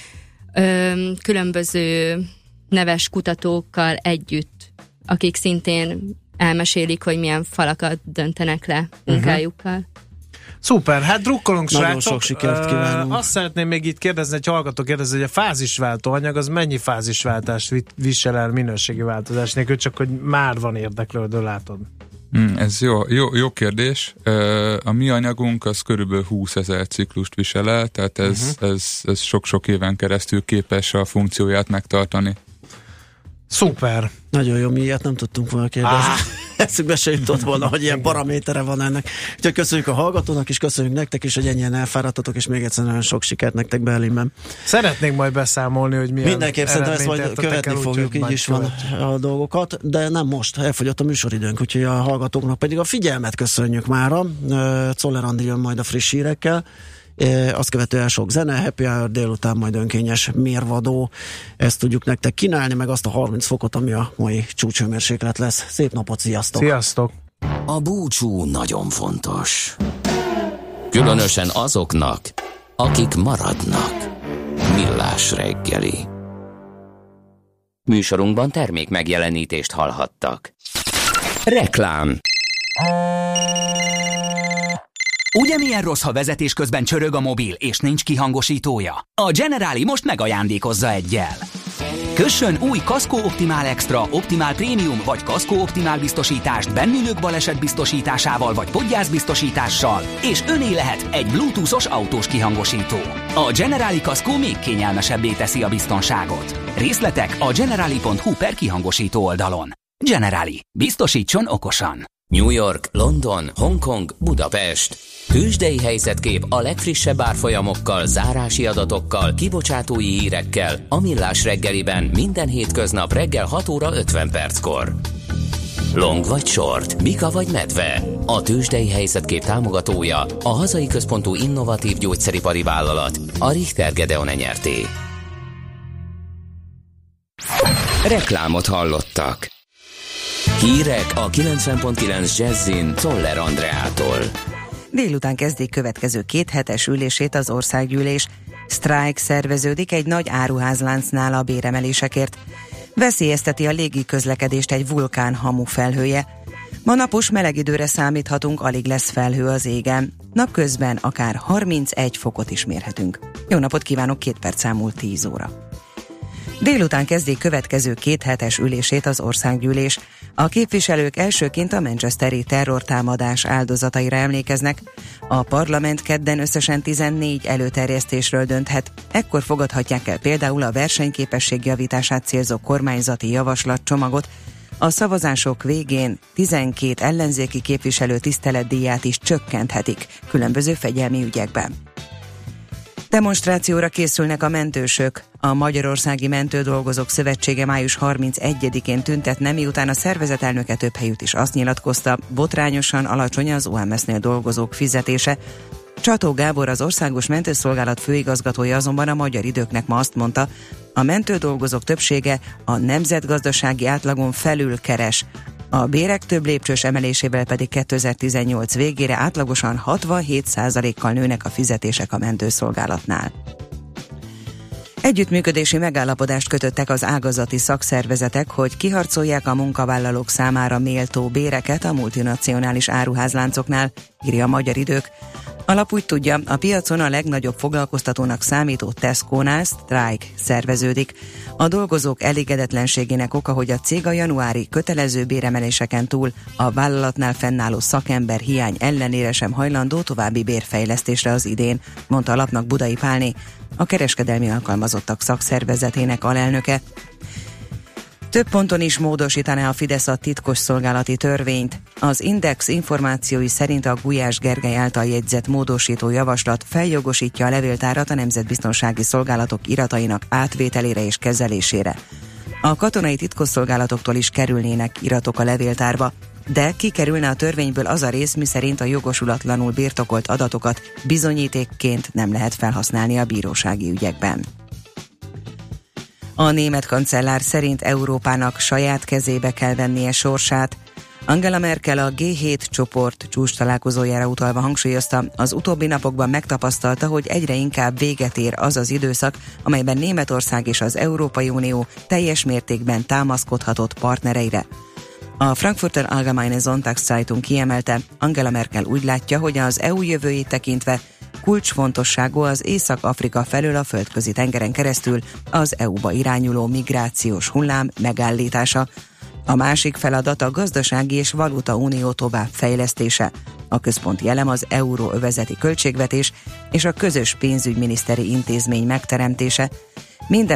különböző neves kutatókkal együtt, akik szintén elmesélik, hogy milyen falakat döntenek le munkájukkal. Szuper, hát drukkolunk, nagyon srácok. Sok sikert kívánunk. Azt szeretném még itt kérdezni, egy hallgató kérdezni, hogy a fázisváltó anyag az mennyi fázisváltást visel el minőségi változás nélkül, csak hogy már van érdeklődő, látod? Ez jó kérdés. A mi anyagunk az körülbelül 20 000 ciklust visel el, tehát ez sok-sok éven keresztül képes a funkcióját megtartani. Szuper. Nagyon jó, mi ilyet nem tudtunk volna kérdezni. Eszükbe se jutott volna, hogy ilyen paramétere van ennek. Úgyhogy köszönjük a hallgatónak, és köszönjük nektek is, hogy ennyien elfáradtatok, és még egyszer nagyon sok sikert nektek Berlinben. Szeretnénk majd beszámolni, hogy milyen mindenképp szerintem ezt majd követni fogjuk, így is van a dolgokat, de nem most, elfogyott a műsoridőnk, úgyhogy a hallgatóknak pedig a figyelmet köszönjük mára. Czoller Andi jön majd a friss hírekkel. Azt követően sok zene, happy hour, délután majd önkényes mérvadó. Ezt tudjuk nektek kínálni, meg azt a 30 fokot, ami a mai csúcshőmérséklet lesz. Szép napot, sziasztok! Sziasztok! A búcsú nagyon fontos. Különösen azoknak, akik maradnak. Millás reggeli. Műsorunkban termék megjelenítést hallhattak. Reklám. Ugye milyen rossz, ha vezetés közben csörög a mobil, és nincs kihangosítója? A Generali most megajándékozza eggyel. Kössön új Kasko Optimal Extra, Optimal Premium vagy Kasko Optimal biztosítást bennülők baleset biztosításával vagy podgyászbiztosítással, és öné lehet egy bluetoothos autós kihangosító. A Generali Kasko még kényelmesebbé teszi a biztonságot. Részletek a generali.hu/kihangosító oldalon. Generali. Biztosítson okosan. New York, London, Hongkong, Budapest. Tőzsdei helyzetkép a legfrissebb árfolyamokkal, zárási adatokkal, kibocsátói hírekkel a Millás reggeliben minden hétköznap reggel 6 óra 50 perckor. Long vagy short, bika vagy medve. A tőzsdei helyzetkép támogatója a hazai központú innovatív gyógyszeripari vállalat, a Richter Gedeon Nyrt. Reklámot hallottak. Hírek a 90.9 Jazzin Czoller Andreától. Délután kezdik következő 2 hetes ülését az országgyűlés. Sztrájk szerveződik egy nagy áruházláncnál a béremelésekért. Veszélyezteti a légi közlekedést egy vulkán hamufelhője. Ma napos meleg időre számíthatunk, alig lesz felhő az égen. Napközben akár 31 fokot is mérhetünk. Jó napot kívánok, 2 perc elmúlt 10 óra. Délután kezdik következő 2 hetes ülését az országgyűlés. A képviselők elsőként a manchesteri terrortámadás áldozataira emlékeznek. A parlament kedden összesen 14 előterjesztésről dönthet. Ekkor fogadhatják el például a versenyképesség javítását célzó kormányzati javaslatcsomagot. A szavazások végén 12 ellenzéki képviselő tiszteletdíját is csökkenthetik különböző fegyelmi ügyekben. Demonstrációra készülnek a mentősök. A Magyarországi Mentődolgozók Szövetsége május 31-én tüntetne, miután a szervezet elnöke több helyütt is azt nyilatkozta, botrányosan alacsony az OMS-nél dolgozók fizetése. Csató Gábor, az Országos Mentőszolgálat főigazgatója azonban a Magyar Időknek ma azt mondta, a mentődolgozók többsége a nemzetgazdasági átlagon felül keres. A bérek több lépcsős emelésével pedig 2018 végére átlagosan 67%-kal nőnek a fizetések a mentőszolgálatnál. Együttműködési megállapodást kötöttek az ágazati szakszervezetek, hogy kiharcolják a munkavállalók számára méltó béreket a multinacionális áruházláncoknál, írja a Magyar Idők. A lap úgy tudja, a piacon a legnagyobb foglalkoztatónak számító Tesco-nál sztrájk szerveződik. A dolgozók elégedetlenségének oka, hogy a cég a januári kötelező béremeléseken túl a vállalatnál fennálló szakember hiány ellenére sem hajlandó további bérfejlesztésre az idén, mondta a lapnak Budai Pálné, a kereskedelmi alkalmazottak szakszervezetének alelnöke. Több ponton is módosítaná a Fidesz a titkosszolgálati törvényt. Az Index információi szerint a Gulyás Gergely által jegyzett módosító javaslat feljogosítja a levéltárat a nemzetbiztonsági szolgálatok iratainak átvételére és kezelésére. A katonai titkosszolgálatoktól is kerülnének iratok a levéltárba, de kikerülne a törvényből az a rész, miszerint a jogosulatlanul birtokolt adatokat bizonyítékként nem lehet felhasználni a bírósági ügyekben. A német kancellár szerint Európának saját kezébe kell vennie sorsát. Angela Merkel a G7 csoport csúcstalálkozójára utalva hangsúlyozta, az utóbbi napokban megtapasztalta, hogy egyre inkább véget ér az az időszak, amelyben Németország és az Európai Unió teljes mértékben támaszkodhatott partnereire. A Frankfurter Allgemeine Sonntagszeitung kiemelte, Angela Merkel úgy látja, hogy az EU jövőjét tekintve kulcsfontosságú az Észak-Afrika felől a földközi tengeren keresztül az EU-ba irányuló migrációs hullám megállítása. A másik feladat a gazdasági és valuta unió továbbfejlesztése. A központi elem az euróövezeti költségvetés és a közös pénzügyminiszteri intézmény megteremtése. Minden